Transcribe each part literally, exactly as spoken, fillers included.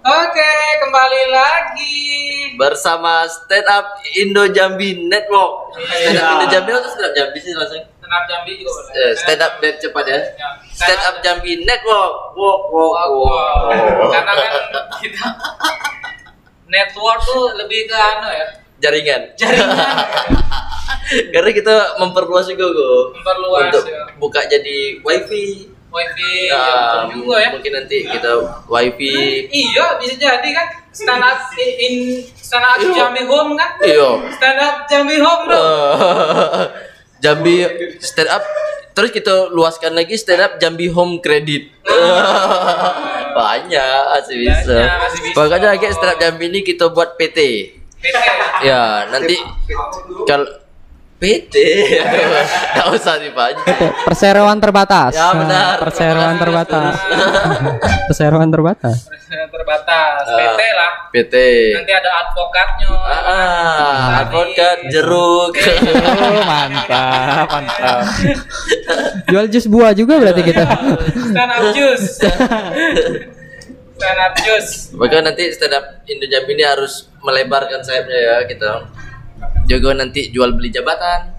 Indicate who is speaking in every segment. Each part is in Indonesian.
Speaker 1: Oke, kembali lagi
Speaker 2: bersama Stand Up Indo Jambi Network. Stand Up Indo Jambi atau Stand Up Jambi sih langsung?
Speaker 1: Stand Up Jambi juga boleh.
Speaker 2: Eh, stand Up dan cepat ya. Stand Up Jambi Network. Walk, walk, walk.
Speaker 1: Karena kan kita network tuh lebih ke anu ya.
Speaker 2: Jaringan.
Speaker 1: Jaringan.
Speaker 2: Karena kita memperluas juga kok.
Speaker 1: Memperluas
Speaker 2: untuk
Speaker 1: ya.
Speaker 2: buka jadi wifi.
Speaker 1: Wifi
Speaker 2: Nah,
Speaker 1: ya, betul juga ya.
Speaker 2: mungkin nanti kita wifi.
Speaker 1: Iya, bisa jadi kan stand up in stand up
Speaker 2: Iyo.
Speaker 1: Jambi Home kan?
Speaker 2: Iya.
Speaker 1: Stand up Jambi Home bro.
Speaker 2: Jambi stand up. Terus kita luaskan lagi stand up Jambi Home Credit. Banyak masih bisa.
Speaker 1: Banyak, masih bisa.
Speaker 2: Makanya kayak stand up Jambi ini kita buat P T.
Speaker 1: P T.
Speaker 2: Ya, nanti kalau P T enggak usah dipanjang.
Speaker 3: Perseroan terbatas.
Speaker 2: Ya benar.
Speaker 3: Perseroan terbatas. Perseroan terbatas.
Speaker 1: Perseroan terbatas. P T lah.
Speaker 2: P T.
Speaker 1: Nanti ada advokatnya.
Speaker 2: Ah, advokat jeruk.
Speaker 3: Oh, mantap, mantap. Jual jus buah juga berarti kita.
Speaker 1: Stand up juice. Stand up juice.
Speaker 2: Maka nanti stand up Indo Jambi ini harus melebarkan sayapnya ya kita. Juga nanti jual beli jabatan.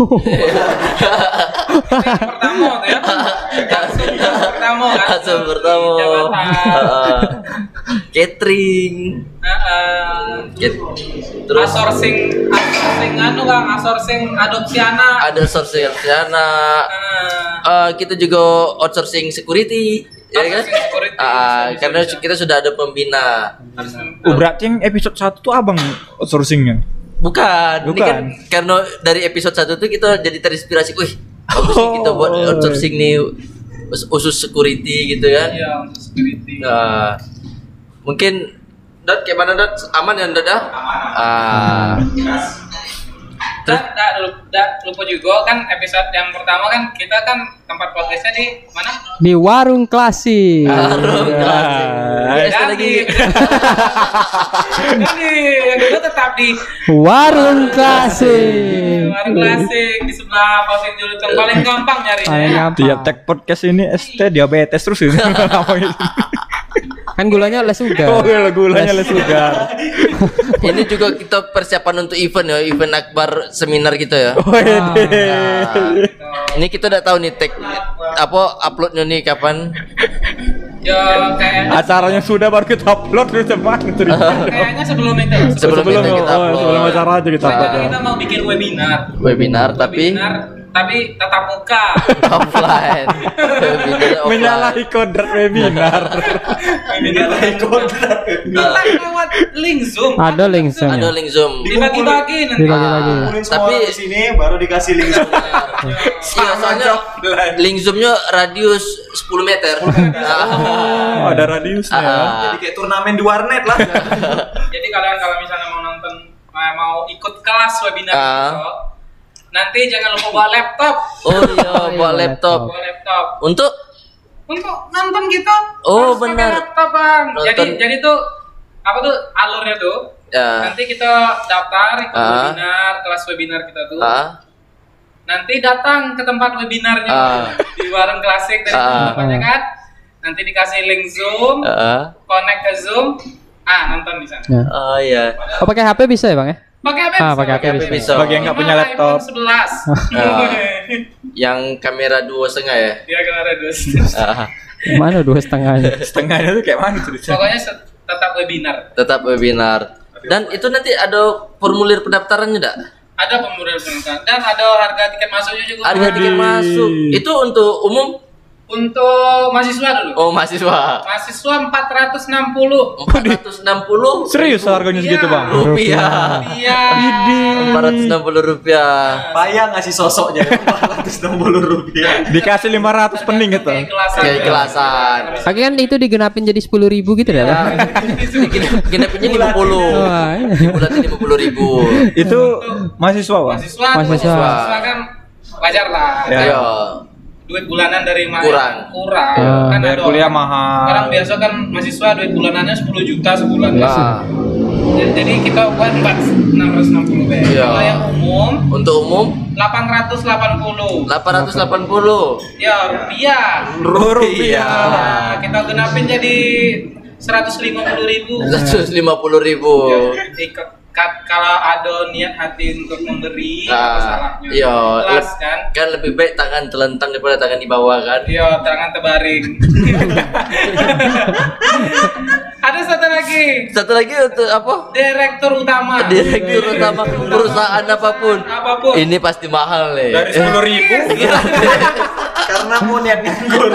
Speaker 1: Pertama tuh ya. Langsung pertama kan.
Speaker 2: Langsung pertama.
Speaker 1: Jabatan.
Speaker 2: Uh, catering.
Speaker 1: Heeh.
Speaker 2: Cat- Terus
Speaker 1: Outsourcing, outsourcing anu Kang, outsourcing adopsi anak.
Speaker 2: ada sourcing anak.
Speaker 1: Heeh.
Speaker 2: Uh, kita juga outsourcing security. Ya kan?
Speaker 1: Outsourcing security.
Speaker 2: Ah,
Speaker 1: Bisa,
Speaker 2: karena
Speaker 1: bisa.
Speaker 2: kita sudah ada pembina.
Speaker 1: Harus
Speaker 4: Oh, berarti yang episode satu tuh abang outsourcingnya?
Speaker 2: Bukan, ini
Speaker 4: Bukan.
Speaker 2: kan karena dari episode satu tuh kita jadi terinspirasi. Wih, bagus nih kita buat
Speaker 4: Oh.
Speaker 2: outsourcing nih usus security gitu kan.
Speaker 1: Iya, untuk security.
Speaker 2: Nah, mungkin Dot kayak mana Dot? Aman ya Dot ya? Ah.
Speaker 1: Dan da, da, lupa juga kan episode yang pertama kan kita kan tempat podcastnya di mana?
Speaker 3: Di warung klasik.
Speaker 2: Harum klasik.
Speaker 4: Ah,
Speaker 2: Yes,
Speaker 1: Dan
Speaker 2: lagi.
Speaker 1: di Dan di yang kedua tetap di
Speaker 3: Warung klasik.
Speaker 1: warung klasik di sebelah Pasir Julitan, paling gampang nyarinya.
Speaker 3: Paling
Speaker 1: ya.
Speaker 3: gampang.
Speaker 4: Tiap tag podcast ini S T diabetes terus ini.
Speaker 3: Kan gulanya less sugar.
Speaker 4: Oh, gulanya les sugar.
Speaker 2: Ini juga kita persiapan untuk event ya, event akbar seminar kita ya.
Speaker 4: Oh, ini.
Speaker 2: Nah, ini kita udah tahu nih tag apa uploadnya nih kapan?
Speaker 1: Ya kayak
Speaker 4: Acaranya sudah baru kita upload terus cepat cerita.
Speaker 1: kayaknya sebelum itu.
Speaker 2: Sebelum itu kita
Speaker 4: oh,
Speaker 2: upload.
Speaker 4: sebelum acara aja kita upload.
Speaker 1: Kita,
Speaker 4: ya.
Speaker 1: kita mau bikin webinar.
Speaker 2: Webinar tapi
Speaker 1: Webinar tapi tatap muka.
Speaker 2: offline. Webinar offline.
Speaker 4: Menyalahi kodrat webinar.
Speaker 1: Menyalahi kodrat. Kita lewat link Zoom.
Speaker 3: Ada link Zoom.
Speaker 2: Ada link Zoom.
Speaker 1: Dibagi-bagi nanti.
Speaker 3: Dibagi-bagi.
Speaker 2: Ah,
Speaker 5: Kumpulin semua
Speaker 2: tapi
Speaker 5: orang di sini baru dikasih link Zoom.
Speaker 2: iya, soalnya link Zoomnya radius sepuluh meter.
Speaker 4: Oh, ada radiusnya.
Speaker 2: Ah.
Speaker 5: Jadi kayak turnamen di warnet lah.
Speaker 1: Jadi kalian kalau misalnya mau nonton eh, mau ikut kelas webinar
Speaker 2: Ah.
Speaker 1: gitu, nanti jangan lupa bawa laptop.
Speaker 2: Oh iya, bawa laptop.
Speaker 1: Bawa laptop.
Speaker 2: Untuk
Speaker 1: Untuk nonton gitu.
Speaker 2: Oh,
Speaker 1: harus pakai
Speaker 2: benar.
Speaker 1: laptop, Bang. Jadi
Speaker 2: Nonton.
Speaker 1: jadi tuh apa tuh alurnya tuh?
Speaker 2: ya.
Speaker 1: Nanti kita daftar ikut
Speaker 2: Ah.
Speaker 1: webinar, kelas webinar kita tuh.
Speaker 2: Ah.
Speaker 1: Nanti datang ke tempat webinarnya
Speaker 2: Ah.
Speaker 1: di warung klasik dari
Speaker 2: Ah.
Speaker 1: tempatnya kan. Nanti dikasih link Zoom,
Speaker 2: Ah.
Speaker 1: connect ke Zoom, ah nonton di sana.
Speaker 3: Ya.
Speaker 2: Oh iya.
Speaker 3: Oh, pakai H P bisa ya, Bang ya?
Speaker 1: Pakai H P
Speaker 3: Ah,
Speaker 1: bisa.
Speaker 3: pakai H P
Speaker 2: bisa.
Speaker 3: bisa.
Speaker 4: Bagi yang nggak punya
Speaker 1: Minimal
Speaker 4: laptop.
Speaker 1: iPhone sebelas.
Speaker 2: Ah. Yang kamera dua setengah ya.
Speaker 1: Dia kamera dua.
Speaker 2: Ah.
Speaker 3: Mana dua setengahnya?
Speaker 4: Setengahnya tuh kayak mana ceritanya?
Speaker 1: Pokoknya se- tetap webinar.
Speaker 2: Tetap webinar. Dan itu nanti ada formulir pendaftarannya enggak?
Speaker 1: Ada pemberian penonton dan ada harga tiket masuknya juga.
Speaker 2: Harga tiket masuk. Itu untuk umum?
Speaker 1: Untuk mahasiswa dulu.
Speaker 2: Oh, mahasiswa.
Speaker 1: Mahasiswa empat ratus enam puluh.
Speaker 2: empat ratus enam puluh
Speaker 4: Serius harganya segitu, Bang?
Speaker 2: rupiah.
Speaker 1: Iya.
Speaker 2: empat ratus enam puluh rupiah.
Speaker 5: Bayang ngasih sosoknya empat ratus enam puluh rupiah.
Speaker 4: Dikasih lima ratus pening gitu.
Speaker 1: Keikhlasan.
Speaker 2: Keikhlasan.
Speaker 3: Pakai kan itu digenapin jadi sepuluh ribu gitu dah, Bang.
Speaker 2: Genapnya lima puluh.
Speaker 3: Wah, iya.
Speaker 2: Bulannya lima puluh ribu.
Speaker 4: Itu mahasiswa, Bang?
Speaker 1: Mahasiswa, tuh,
Speaker 3: Mahasiswa.
Speaker 1: mahasiswa kan wajar lah.
Speaker 4: Ya.
Speaker 2: Ayo.
Speaker 1: Duit bulanan dari mana?
Speaker 2: Kurang.
Speaker 1: Kurang.
Speaker 3: Ah.
Speaker 1: Kan
Speaker 4: Bayar
Speaker 1: ada
Speaker 4: kuliah
Speaker 1: orang-
Speaker 4: mahal.
Speaker 1: Orang biasa kan mahasiswa duit bulanannya sepuluh juta sebulan.
Speaker 2: Nah,
Speaker 1: Jadi, jadi kita buat empat enam ratus enam puluh B.
Speaker 2: Iya.
Speaker 1: Kalau yang umum
Speaker 2: untuk umum
Speaker 1: delapan ratus delapan puluh.
Speaker 2: delapan ratus delapan puluh
Speaker 1: Ya rupiah.
Speaker 4: Rupiah.
Speaker 1: Nah, kita genapin jadi seratus lima puluh ribu.
Speaker 2: seratus lima puluh ribu.
Speaker 1: Kalau ada niat hati untuk memberi, apa
Speaker 2: Nah,
Speaker 1: salahnya?
Speaker 2: iya,
Speaker 1: Kelas
Speaker 2: leb-
Speaker 1: kan?
Speaker 2: kan lebih baik tangan telentang daripada tangan di bawah kan.
Speaker 1: Iya, tangan terbaring. Ada satu lagi,
Speaker 2: Satu lagi untuk apa?
Speaker 1: direktur utama.
Speaker 2: Direktur utama perusahaan apapun.
Speaker 1: Apapun.
Speaker 2: Ini pasti mahal nih.
Speaker 4: Dari sepuluh ribu.
Speaker 5: Karena mau niat nganggur.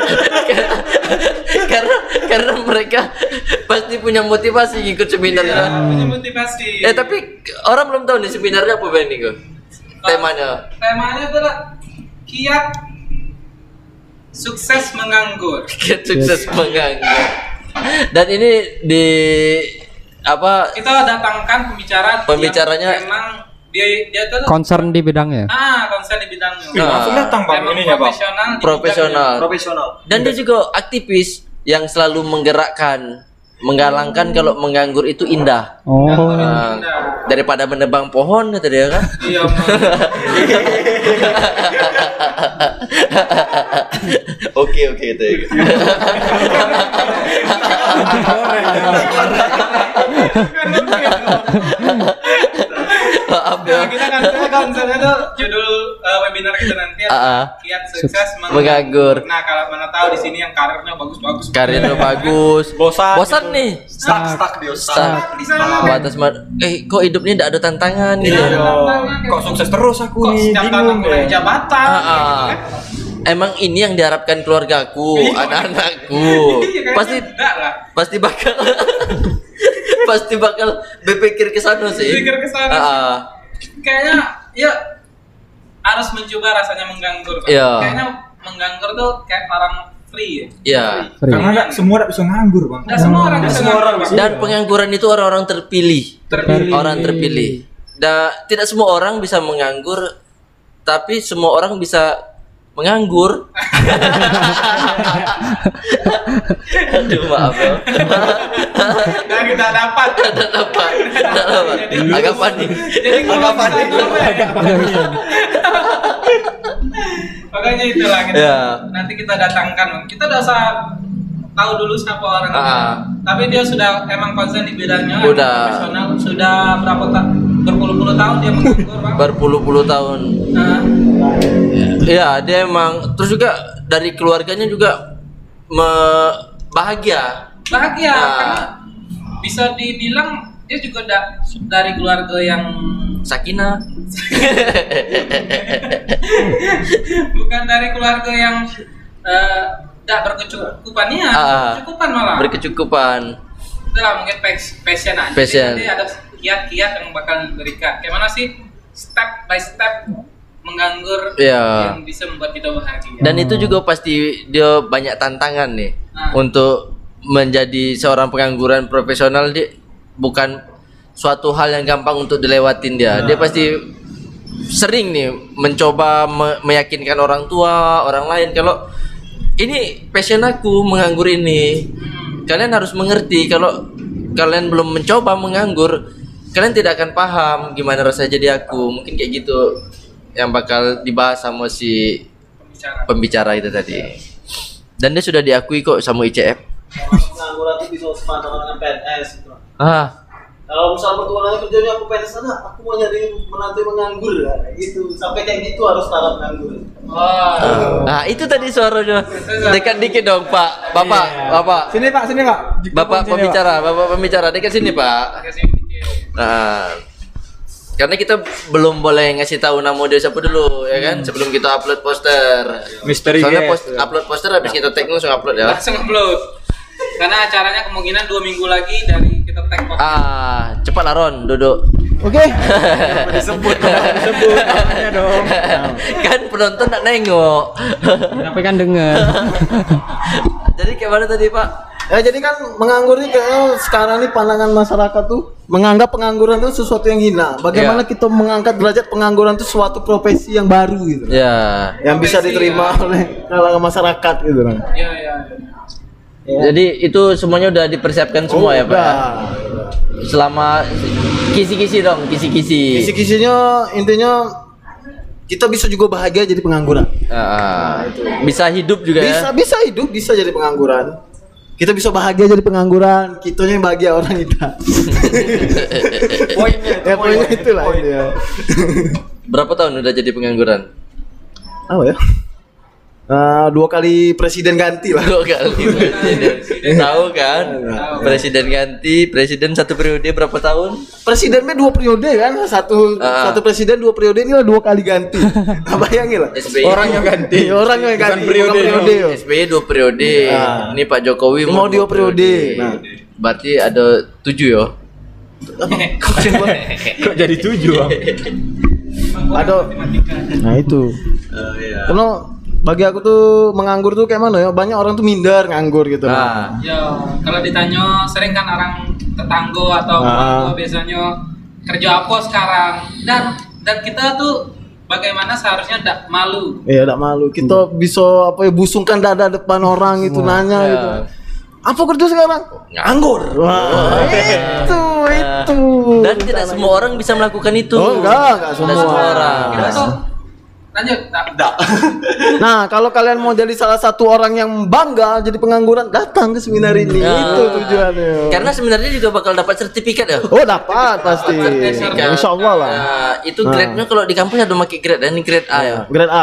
Speaker 2: karena karena mereka pasti punya motivasi ikut seminarnya.
Speaker 1: Ya, punya motivasi.
Speaker 2: Eh tapi orang belum tahu nih seminarnya apa Ben nih, temanya.
Speaker 1: Temanya adalah kiat sukses menganggur.
Speaker 2: Kiat sukses menganggur. Dan ini di apa?
Speaker 1: Kita datangkan pembicara
Speaker 2: Pembicaranya-
Speaker 1: yang memang dia dia tuh
Speaker 3: Concern di bidangnya.
Speaker 1: ah konsen di bidangnya.
Speaker 4: Wih, langsung datang bang
Speaker 1: Memang
Speaker 4: ininya bang.
Speaker 1: profesional di
Speaker 2: Profesional.
Speaker 5: Profesional.
Speaker 2: Dan dia juga aktivis yang selalu menggerakkan, menggalangkan kalau menganggur itu indah.
Speaker 3: Oh.
Speaker 2: Nah, daripada menebang pohon kata dia kan.
Speaker 1: Iya. Bang.
Speaker 2: Oke oke itu. Maaf ya.
Speaker 1: Nah, kita kan konsennya tuh judul uh, webinar kita nanti
Speaker 2: Ah, ah.
Speaker 1: kiat sukses
Speaker 2: Menganggur.
Speaker 1: Nah, kalau mana tahu di sini yang karirnya bagus-bagus.
Speaker 2: Karirnya bagus.
Speaker 4: Bosan
Speaker 2: Bosan
Speaker 4: gitu.
Speaker 2: nih.
Speaker 5: Stuck stuck dia stuck.
Speaker 2: Stuck.
Speaker 1: Di sana.
Speaker 2: Batas ma- eh kok hidupnya tidak ada tantangan gitu.
Speaker 1: Iya.
Speaker 4: Aduh, kok sukses terus aku
Speaker 1: Kok
Speaker 4: nih,
Speaker 1: setiap
Speaker 4: bingung
Speaker 1: tahun naik
Speaker 4: ya.
Speaker 1: jabatan
Speaker 2: Ah,
Speaker 1: gitu
Speaker 2: ah.
Speaker 1: kan?
Speaker 2: Emang ini yang diharapkan keluargaku,
Speaker 1: Iya.
Speaker 2: anak-anakku.
Speaker 1: Iya, kayaknya
Speaker 2: Pasti
Speaker 1: enggak lah.
Speaker 2: pasti bakal pasti bakal berpikir ke sana sih.
Speaker 1: Pikir ke sana.
Speaker 2: Ah, ah.
Speaker 1: Kayaknya ya harus mencoba rasanya menganggur. Pak.
Speaker 2: Iya.
Speaker 1: Kayaknya menganggur tuh kayak orang free ya.
Speaker 2: Iya.
Speaker 3: Free.
Speaker 4: Karena nggak semua nggak bisa nganggur bang.
Speaker 1: Enggak semua orang
Speaker 5: Nggak
Speaker 1: bisa
Speaker 5: semua
Speaker 1: nganggur,
Speaker 5: orang
Speaker 1: Pak.
Speaker 5: bisa.
Speaker 2: Dan pengangguran itu orang-orang terpilih.
Speaker 1: Terpilih.
Speaker 2: Orang terpilih. Da, tidak semua orang bisa menganggur, tapi semua orang bisa menganggur. Aduh maaf ya.
Speaker 1: Nah, kita dapat.
Speaker 2: Tidak dapat. Tidak dapat. Agak panik.
Speaker 1: Jadi agak panik. Makanya itulah kita.
Speaker 2: Ya.
Speaker 1: Nanti kita datangkan. Kita udah usah tahu dulu siapa orang itu.
Speaker 2: Ah.
Speaker 1: Tapi dia sudah emang konsen di bidangnya.
Speaker 2: Udah.
Speaker 1: Profesional. Sudah berapa tahun? Berpuluh-puluh tahun dia menganggur, Bang.
Speaker 2: Berpuluh-puluh tahun.
Speaker 1: Nah,
Speaker 2: Iya, dia emang terus juga dari keluarganya juga me- bahagia.
Speaker 1: bahagia
Speaker 2: Nah.
Speaker 1: karena bisa dibilang dia juga da- dari keluarga yang
Speaker 2: Sakinah.
Speaker 1: bukan dari keluarga yang eh, tidak berkecukupannya,
Speaker 2: Ah.
Speaker 1: berkecukupan malah.
Speaker 2: Berkecukupan.
Speaker 1: Itulah mungkin pas- passion aja.
Speaker 2: Passion.
Speaker 1: Jadi ada kiat-kiat yang bakal diberikan. Kayak mana sih step by step menganggur
Speaker 2: Iya.
Speaker 1: yang bisa membuat kita bahagia.
Speaker 2: Dan itu juga pasti dia banyak tantangan nih
Speaker 1: Nah.
Speaker 2: untuk menjadi seorang pengangguran profesional. Dia bukan suatu hal yang gampang untuk dilewatin dia. Dia pasti sering nih mencoba me- meyakinkan orang tua, orang lain kalau ini passion aku menganggur ini.
Speaker 1: Hmm.
Speaker 2: Kalian harus mengerti kalau kalian belum mencoba menganggur, kalian tidak akan paham gimana rasanya jadi aku. Mungkin kayak gitu yang bakal dibahas sama si
Speaker 1: Pembicara.
Speaker 2: pembicara itu tadi. Dan dia sudah diakui kok sama I C F.
Speaker 5: Pengangguran itu bisa sepantang dengan P N S gitu.
Speaker 2: Ah,
Speaker 5: Kalau misal pertualangan kerjanya aku P N S sana, aku mau nyari menantu menganggur lah, gitu. Sampai kayak gitu harus taraf nganggur.
Speaker 1: Wah.
Speaker 2: nah itu tadi suaranya. Dekat dikit dong, Pak. Bapak, Bapak.
Speaker 4: Sini pak, sini pak.
Speaker 2: Bapak
Speaker 4: Sini, Pak.
Speaker 2: pembicara, Bapak pembicara dekat sini, Pak.
Speaker 1: Kasih dikit.
Speaker 2: Nah, karena kita belum boleh ngasih tahu nama dia siapa dulu, ya kan? Sebelum kita upload poster.
Speaker 4: Misteri
Speaker 2: Soalnya
Speaker 4: guys.
Speaker 2: post, upload poster habis kita tag langsung upload ya.
Speaker 1: Langsung upload. Karena acaranya kemungkinan dua minggu lagi dari kita tag podcast.
Speaker 2: Ah, cepat lah Ron, duduk.
Speaker 3: Oke.
Speaker 5: Disebut.
Speaker 4: Sebut namanya dong.
Speaker 2: Kan penonton nak nengok.
Speaker 3: Tapi kan denger.
Speaker 2: Jadi kayak mana tadi, Pak?
Speaker 5: Ya jadi kan menganggur ini kayaknya sekarang nih pandangan masyarakat tuh menganggap pengangguran itu sesuatu yang hina. Bagaimana
Speaker 2: Ya.
Speaker 5: kita mengangkat derajat pengangguran itu suatu profesi yang baru gitu.
Speaker 2: Ya.
Speaker 5: Yang bisa
Speaker 1: Profesi,
Speaker 5: diterima
Speaker 1: ya.
Speaker 5: oleh kalangan masyarakat gitu kan.
Speaker 1: Iya, iya.
Speaker 5: Ya.
Speaker 2: Jadi itu semuanya udah dipersiapkan semua ya, Pak. ya? Selama kisi-kisi dong, kisi-kisi.
Speaker 5: Kisi-kisinya intinya kita bisa juga bahagia jadi pengangguran.
Speaker 2: Ah, bisa hidup juga
Speaker 5: Bisa
Speaker 2: ya.
Speaker 5: bisa hidup, bisa jadi pengangguran. kita bisa bahagia jadi pengangguran, kitanya yang bahagia orang kita.
Speaker 4: Poinnya,
Speaker 5: Ya poinnya itulah
Speaker 4: Poin.
Speaker 5: itu ya.
Speaker 2: Berapa tahun udah jadi pengangguran?
Speaker 5: Apa ya? Ah, dua kali presiden ganti lah.
Speaker 2: Dua kali presiden. Tahu kan? Presiden ganti, presiden satu periode berapa tahun?
Speaker 5: Presidennya dua periode kan, satu
Speaker 2: Ah.
Speaker 5: satu presiden dua periode ini lah dua kali ganti. Nah, bayangin lah.
Speaker 2: S B Y
Speaker 4: Orang yang ganti.
Speaker 5: Orang yang
Speaker 4: Bukan
Speaker 5: ganti
Speaker 4: periode.
Speaker 5: bukan periode.
Speaker 2: S B Y dua periode.
Speaker 5: Ah.
Speaker 2: Ini Pak Jokowi
Speaker 5: Mau dua periode. Nah.
Speaker 2: Berarti ada tujuh ya?
Speaker 4: Kok jadi tujuh, Bang?
Speaker 5: Ada. Nah itu.
Speaker 2: Oh iya.
Speaker 5: Karena bagi aku tuh menganggur tuh kayak mana ya? Banyak orang tuh minder nganggur gitu.
Speaker 2: Nah,
Speaker 1: Ya, kalau ditanya sering kan orang tetangga atau
Speaker 5: Ah.
Speaker 1: orang tua biasanya kerja apa sekarang, dan dan kita tuh bagaimana seharusnya tidak malu.
Speaker 5: Iya, tidak malu. Kita bisa apa ya busungkan dada depan orang itu nanya
Speaker 2: ya.
Speaker 5: gitu. Apa kerja sekarang? Nganggur. Wah, itu itu.
Speaker 2: Dan tidak semua orang bisa melakukan itu.
Speaker 5: Oh, enggak, enggak semua.
Speaker 2: Tidak semua orang.
Speaker 1: Kita tuh lanjut. Nah,
Speaker 5: Nah, kalau kalian mau jadi salah satu orang yang bangga jadi pengangguran, datang ke seminar ini.
Speaker 2: Nah.
Speaker 5: Itu tujuannya.
Speaker 2: Karena sebenarnya juga bakal dapat sertifikat ya.
Speaker 5: Oh, dapat pasti.
Speaker 2: Sertifikat.
Speaker 5: Insya Allah lah.
Speaker 2: Nah, itu
Speaker 5: Nah.
Speaker 2: grade-nya kalau di kampus ada pakai grade, dan ini grade A ya.
Speaker 5: Grade A.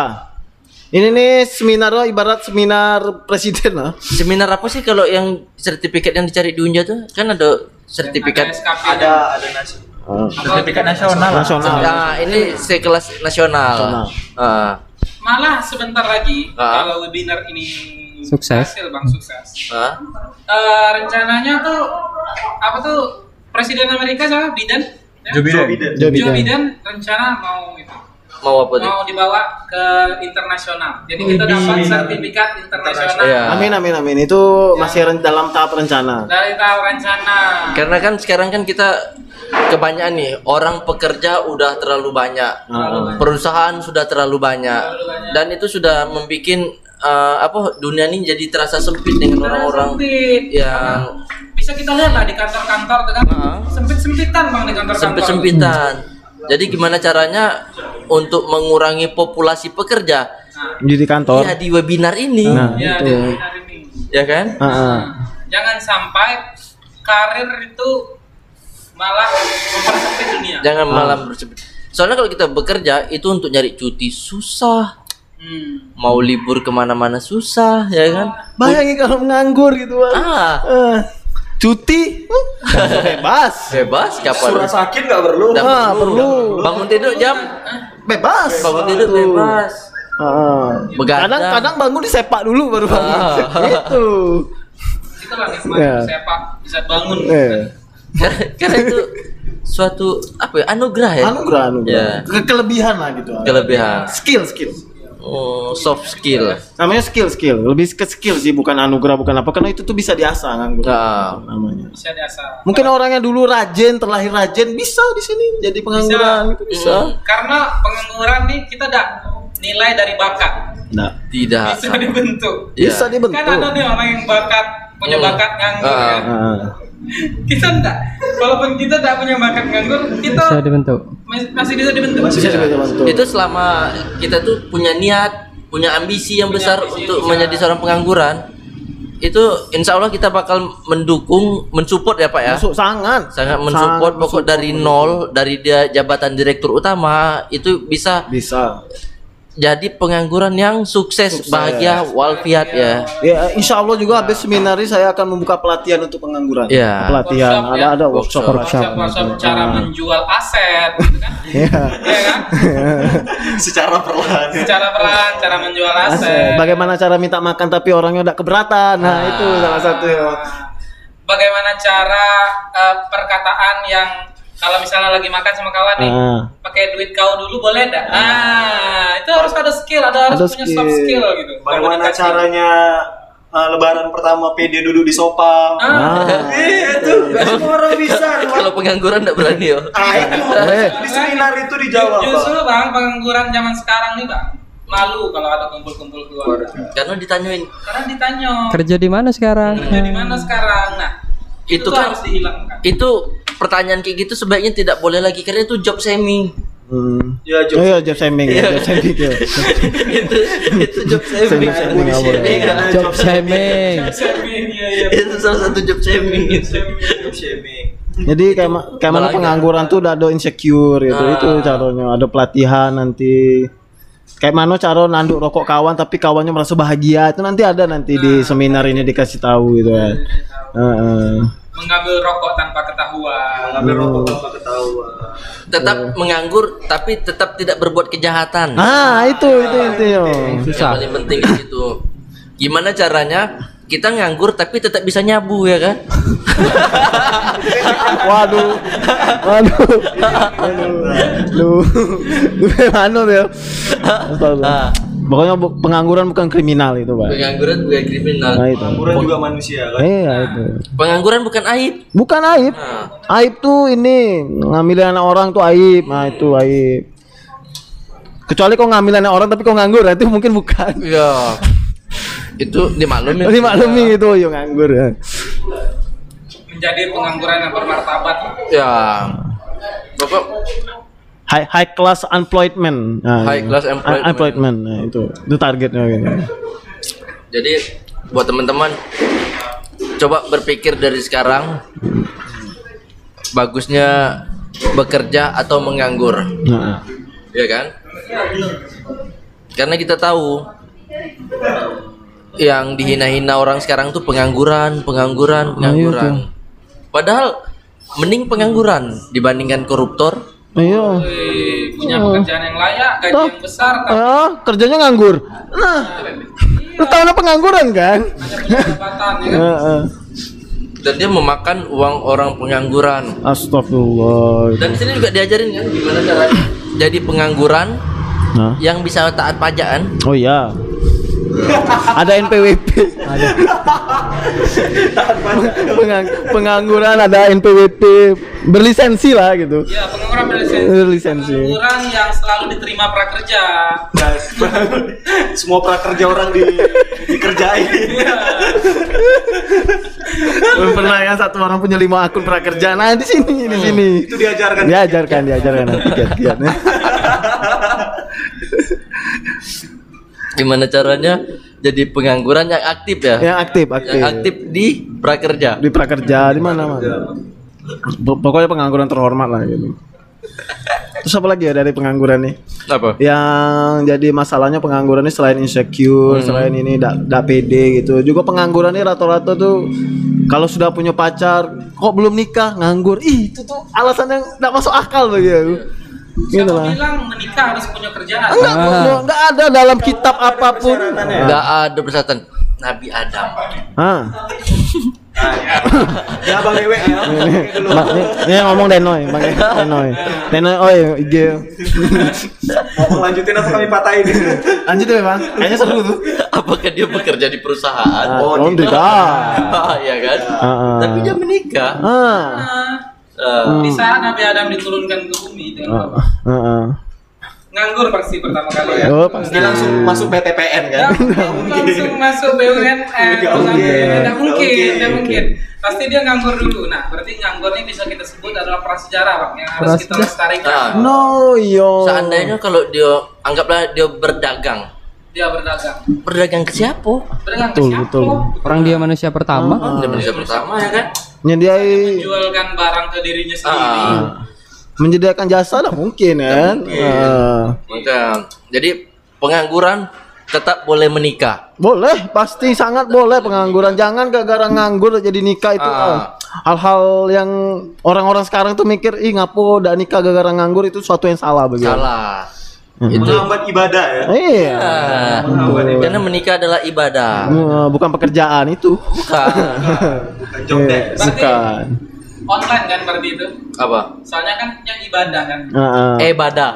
Speaker 5: Ini nih seminarnya ibarat seminar presiden lah.
Speaker 2: Seminar apa sih kalau yang sertifikat yang dicari di Unja tuh? Kan ada sertifikat.
Speaker 1: S K P.
Speaker 4: Ada ada nasi. Sertifikat nasional.
Speaker 5: Nasional.
Speaker 2: Nah, ini sekelas nasional.
Speaker 5: Nasional.
Speaker 2: Ah.
Speaker 1: Malah sebentar lagi
Speaker 2: Ah.
Speaker 1: kalau webinar ini
Speaker 3: Sukses.
Speaker 1: hasil bang sukses.
Speaker 2: Ah.
Speaker 1: Eh, rencananya tuh apa tuh Presiden Amerika siapa? Biden? Ya?
Speaker 4: Joe Biden.
Speaker 5: Joe
Speaker 1: Joe
Speaker 5: Biden.
Speaker 1: Biden rencana mau itu
Speaker 2: Mau apa tuh?
Speaker 1: mau dibawa ke internasional. Jadi kita dapat sertifikat internasional
Speaker 2: Iya.
Speaker 5: Amin amin amin. Itu masih ren- dalam tahap rencana.
Speaker 1: dari tahap rencana.
Speaker 2: Karena kan sekarang kan kita kebanyakan nih orang pekerja udah terlalu banyak,
Speaker 5: Ah.
Speaker 2: perusahaan sudah terlalu banyak,
Speaker 1: Terlalu banyak.
Speaker 2: dan itu sudah membuat uh, apa dunia ini jadi terasa sempit dengan orang-orang
Speaker 1: Sempit.
Speaker 2: yang
Speaker 1: Bisa kita lihat lah di kantor-kantor tuh kan
Speaker 2: Ah.
Speaker 1: sempit-sempitan bang di kantor-kantor.
Speaker 2: sempit-sempitan. Jadi gimana caranya untuk mengurangi populasi pekerja?
Speaker 5: Jadi kantor.
Speaker 2: Ya di webinar ini,
Speaker 5: Nah,
Speaker 1: Ya,
Speaker 5: itu.
Speaker 1: di webinar ini.
Speaker 2: ya kan?
Speaker 5: Ah, ah.
Speaker 1: Nah, jangan sampai karir itu malah mempersempit dunia.
Speaker 2: Jangan malam bersempit. Soalnya kalau kita bekerja itu untuk nyari cuti susah,
Speaker 1: Hmm.
Speaker 2: mau libur kemana-mana susah, ya kan?
Speaker 5: Bayangin kalau nganggur gitu Bang.
Speaker 2: Ah,
Speaker 5: Eh, cuti hmm, bebas.
Speaker 2: bebas kapan?
Speaker 4: Surat sakit nggak perlu.
Speaker 2: Nggak
Speaker 5: Ah, perlu.
Speaker 2: Bangun tidur jam,
Speaker 5: Bebas.
Speaker 2: bangun tidur
Speaker 5: Tuh.
Speaker 2: bebas.
Speaker 5: Ah.
Speaker 2: Begadang.
Speaker 5: Kadang-kadang bangun disepak dulu baru bangun.
Speaker 2: Ah.
Speaker 5: Gitu.
Speaker 1: Kita lah nikmat
Speaker 5: Ya.
Speaker 1: sepak bisa bangun.
Speaker 5: Eh.
Speaker 2: Karena, karena itu suatu apa ya, anugerah ya?
Speaker 5: Anugerah, anugerah.
Speaker 2: Ya.
Speaker 5: Ke- kelebihan lah gitu.
Speaker 2: Kelebihan.
Speaker 5: Skill, skill.
Speaker 2: Oh, soft skill.
Speaker 5: Namanya skill, skill. Lebih ke skill sih, bukan anugerah, bukan apa. Karena itu tuh bisa diasah nganggur.
Speaker 2: Nah,
Speaker 5: Namanya.
Speaker 1: Bisa diasah.
Speaker 5: Mungkin orang yang dulu rajin, terlahir rajin, bisa di sini jadi pengangguran itu bisa.
Speaker 1: Karena pengangguran nih kita tidak nilai dari bakat.
Speaker 5: Nah,
Speaker 2: tidak.
Speaker 1: Bisa dibentuk.
Speaker 2: Ya.
Speaker 5: bisa dibentuk.
Speaker 1: Kan ada nih orang yang bakat punya
Speaker 2: Hmm.
Speaker 1: bakat nganggur
Speaker 2: Ah.
Speaker 1: kan.
Speaker 5: Ah.
Speaker 1: Kita enggak. Walaupun kita tidak punya bakat nganggur, kita
Speaker 3: Bisa dibentuk.
Speaker 1: mas- masih bisa dibentuk.
Speaker 5: Bisa dibentuk.
Speaker 2: Itu selama kita tuh punya niat, punya ambisi yang
Speaker 1: Punya
Speaker 2: besar
Speaker 1: ambisi
Speaker 2: untuk
Speaker 1: yang
Speaker 2: menjadi
Speaker 1: besar.
Speaker 2: seorang pengangguran, itu insya Allah kita bakal mendukung, mensupport ya Pak ya.
Speaker 5: Masuk sangat.
Speaker 2: Sangat mensupport, pokok dari nol, dari dia jabatan direktur utama itu bisa
Speaker 5: Bisa.
Speaker 2: jadi pengangguran yang sukses, bahagia walafiat ya.
Speaker 5: Ya, insya Allah juga habis seminar ini saya akan membuka pelatihan untuk pengangguran.
Speaker 2: Ya.
Speaker 5: Pelatihan,
Speaker 1: Workshop,
Speaker 5: ada
Speaker 1: ya.
Speaker 5: ada workshop,
Speaker 1: Workshop, workshop cara menjual aset, gitu kan?
Speaker 5: Iya.
Speaker 1: Iya kan?
Speaker 4: Secara perlahan.
Speaker 1: Secara perlahan, cara menjual aset.
Speaker 5: Bagaimana cara minta makan tapi orangnya udah keberatan. Nah, itu salah satu ya.
Speaker 1: Bagaimana cara eh, perkataan yang kalau misalnya lagi makan sama kawan nih,
Speaker 5: Ah.
Speaker 1: pakai duit kau dulu boleh enggak? Ah, itu harus ada skill, ada harus
Speaker 5: Ada
Speaker 1: punya
Speaker 5: skill.
Speaker 1: soft skill gitu.
Speaker 4: Bagaimana
Speaker 1: Komunikasi.
Speaker 4: caranya uh, lebaran pertama P D duduk di sofa?
Speaker 1: Ah,
Speaker 4: Iya itu, nggak semua orang bisa.
Speaker 2: Kalau pengangguran enggak berani ya.
Speaker 4: Ah itu
Speaker 5: Eh.
Speaker 4: di seminar itu dijawab. Pak.
Speaker 1: justru bang pengangguran zaman sekarang nih bang malu kalau ada kumpul-kumpul keluarga.
Speaker 2: Karena ditanyain
Speaker 1: Karena ditanya
Speaker 3: Kerja di mana sekarang?
Speaker 1: kerja di mana sekarang. Nah, itu,
Speaker 2: Itu
Speaker 1: tuh
Speaker 2: kan-
Speaker 1: harus dihilangkan.
Speaker 2: itu pertanyaan kayak gitu sebaiknya tidak boleh lagi karena itu job shaming.
Speaker 4: Hmm. Ya job.
Speaker 5: Oh, iya, job shaming, ya, job shaming ya.
Speaker 2: itu itu job shaming.
Speaker 5: Job shaming, nggak boleh.
Speaker 3: Job shaming.
Speaker 2: Itu salah satu job shaming itu.
Speaker 4: Job shaming.
Speaker 5: Jadi kayak ma- kayak mana
Speaker 2: Balaga.
Speaker 5: pengangguran tuh udah ada insecure gitu.
Speaker 2: Ah.
Speaker 5: Itu caranya. Ada pelatihan nanti. Kayak mana cara nanduk rokok kawan tapi kawannya merasa bahagia. Itu nanti ada nanti di seminar ini dikasih tahu gitu kan. Heeh.
Speaker 1: Mengambil rokok tanpa ketahuan.
Speaker 4: Ngambil rokok tanpa ketahuan.
Speaker 2: Tetap menganggur tapi tetap tidak berbuat kejahatan.
Speaker 5: Nah, itu itu itu. yo.
Speaker 2: Yang paling penting di situ. Gimana caranya kita nganggur tapi tetap bisa nyabu ya kan?
Speaker 5: Waduh. Waduh. Waduh. Lu. Lu mana tuh? Astaga.
Speaker 2: Ah,
Speaker 5: Pokoknya bu- pengangguran bukan kriminal itu, Pak.
Speaker 2: pengangguran bukan kriminal.
Speaker 5: Nah, itu.
Speaker 4: Pengangguran juga manusia kan.
Speaker 5: Iya, itu.
Speaker 2: Pengangguran bukan aib.
Speaker 5: Bukan aib.
Speaker 2: Nah,
Speaker 5: Aib tuh ini ngambil anak orang tuh aib. Nah, itu aib. Kecuali kau ngambil anak orang tapi kau nganggur, nah, itu mungkin bukan.
Speaker 2: ya. Itu dimaklumi.
Speaker 5: Ini maklumi itu yo nganggur ya.
Speaker 1: Menjadi pengangguran yang bermartabat.
Speaker 2: Ya. Pokok
Speaker 5: High high class employment. Nah,
Speaker 2: High class employment.
Speaker 5: Un- employment. Nah, itu. Itu targetnya gitu.
Speaker 2: jadi buat teman-teman coba berpikir dari sekarang bagusnya bekerja atau menganggur.
Speaker 5: Nah,
Speaker 2: Ya kan? Karena kita tahu yang dihina-hina orang sekarang tuh pengangguran, pengangguran, pengangguran. Padahal mending pengangguran dibandingkan koruptor.
Speaker 5: iya.
Speaker 1: Wih, punya pekerjaan yang layak, gaji
Speaker 5: Oh.
Speaker 1: yang besar, tapi
Speaker 5: Ah, kerjanya nganggur. Nah, lu tahu apa pengangguran kan?
Speaker 1: hanya punya jabatan ya kan.
Speaker 5: Heeh.
Speaker 2: Dan dia memakan uang orang pengangguran.
Speaker 5: Astagfirullah.
Speaker 2: Dan di sini juga diajarin kan gimana caranya jadi pengangguran
Speaker 5: Nah.
Speaker 2: yang bisa taat pajakan.
Speaker 5: Oh iya. Ada N P W P. Ada. Pengang- pengangguran ada N P W P berlisensi lah gitu.
Speaker 1: Ya, pengangguran berlisensi.
Speaker 5: Berlisensi.
Speaker 1: Pengangguran yang selalu diterima prakerja.
Speaker 4: Semua prakerja orang di dikerjain.
Speaker 5: Belum pernah ya satu orang punya lima akun prakerja. Nah, di sini, di sini.
Speaker 4: Itu diajarkan.
Speaker 5: Diajarkan, diajarkan nanti kiat-kiatnya.
Speaker 2: Gimana caranya jadi pengangguran yang aktif ya?
Speaker 5: Yang aktif, aktif.
Speaker 2: Yang aktif di prakerja.
Speaker 5: Di prakerja di mana mana. Pokoknya pengangguran terhormat lah gitu. Terus apa lagi ya dari pengangguran nih?
Speaker 2: Apa?
Speaker 5: Yang jadi masalahnya pengangguran ini selain insecure, selain ini dak dak pede gitu. Juga pengangguran ini rata-rata tuh kalau sudah punya pacar, kok belum nikah, nganggur. Ih, itu tuh alasan yang enggak masuk akal bagi aku. Gitu
Speaker 1: Siapa
Speaker 5: lah.
Speaker 1: bilang menikah harus punya kerjaan?
Speaker 5: Enggak, enggak, enggak ada dalam kitab apapun.
Speaker 2: Enggak ada persyaratan Nabi Adam.
Speaker 5: Hah.
Speaker 4: Ya Bang Dewe ya.
Speaker 5: Bang, ini, ini yang ngomong Denoy, Bang Denoy. Denoy, oi, I G.
Speaker 4: Mau lanjutin atau kami patahin?
Speaker 5: Lanjut deh, Bang. Kayaknya seru tuh.
Speaker 2: Apakah dia bekerja di perusahaan?
Speaker 5: Oh, tidak.
Speaker 2: Iya kan?
Speaker 5: Heeh.
Speaker 2: Tapi dia menikah.
Speaker 5: Ah.
Speaker 2: Eh,
Speaker 1: Di saat Nabi Adam diturunkan ke bumi dengan apa?
Speaker 5: Heeh.
Speaker 1: Nganggur pasti pertama kali ya.
Speaker 5: Oh, pasti.
Speaker 4: Dia langsung masuk P T P N kan?
Speaker 1: Langsung masuk B U M N,
Speaker 4: Nggak
Speaker 1: perusahaan
Speaker 4: mungkin.
Speaker 1: B U M N. Nggak
Speaker 4: Nggak
Speaker 1: mungkin,
Speaker 4: mungkin.
Speaker 1: nggak mungkin. Pasti dia nganggur dulu. Nah, berarti nganggur ini bisa kita sebut adalah prasejarah, Bang, yang harus kita
Speaker 3: Prasejarah.
Speaker 1: lestarikan.
Speaker 2: nah,
Speaker 5: No, yo.
Speaker 2: seandainya kalau dia anggaplah dia berdagang.
Speaker 1: Dia berdagang.
Speaker 2: Berdagang ke siapa?
Speaker 1: Berdagang ke
Speaker 5: Betul,
Speaker 1: siapa?
Speaker 5: betul.
Speaker 3: Orang dia manusia pertama.
Speaker 2: Oh, dia manusia pertama ya kan?
Speaker 5: Menyediai
Speaker 1: Menjualkan barang ke dirinya sendiri.
Speaker 2: Ah,
Speaker 5: menyediakan jasa lah mungkin kan. Ah.
Speaker 2: maka jadi pengangguran tetap boleh menikah.
Speaker 5: Boleh, pasti sangat boleh pengangguran. Jangan gara-gara nganggur jadi nikah itu
Speaker 2: Ah.
Speaker 5: ah, hal-hal yang orang-orang sekarang tuh mikir, ih ngapo udah nikah gara-gara nganggur itu suatu yang salah bagi aku.
Speaker 2: Salah.
Speaker 5: Hmm.
Speaker 2: Itu
Speaker 4: Menghambat ibadah ya.
Speaker 5: Iya.
Speaker 2: Ah, karena menikah adalah ibadah.
Speaker 5: Eh, bukan pekerjaan itu.
Speaker 2: Bukan.
Speaker 4: Bukan job
Speaker 5: Eh,
Speaker 4: desk.
Speaker 5: bukan.
Speaker 1: Online kan berarti itu.
Speaker 2: Apa?
Speaker 1: Soalnya kan yang ibadah kan.
Speaker 5: Ah, ah.
Speaker 2: Ibadah.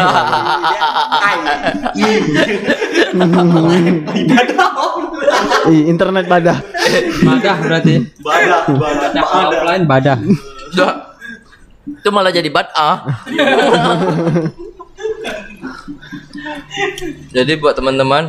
Speaker 5: Ih, internet badah.
Speaker 3: Badah berarti.
Speaker 4: Badah, badah,
Speaker 3: Badah
Speaker 4: badah.
Speaker 3: offline badah.
Speaker 2: Udah. Itu malah jadi bad'ah. Jadi buat teman-teman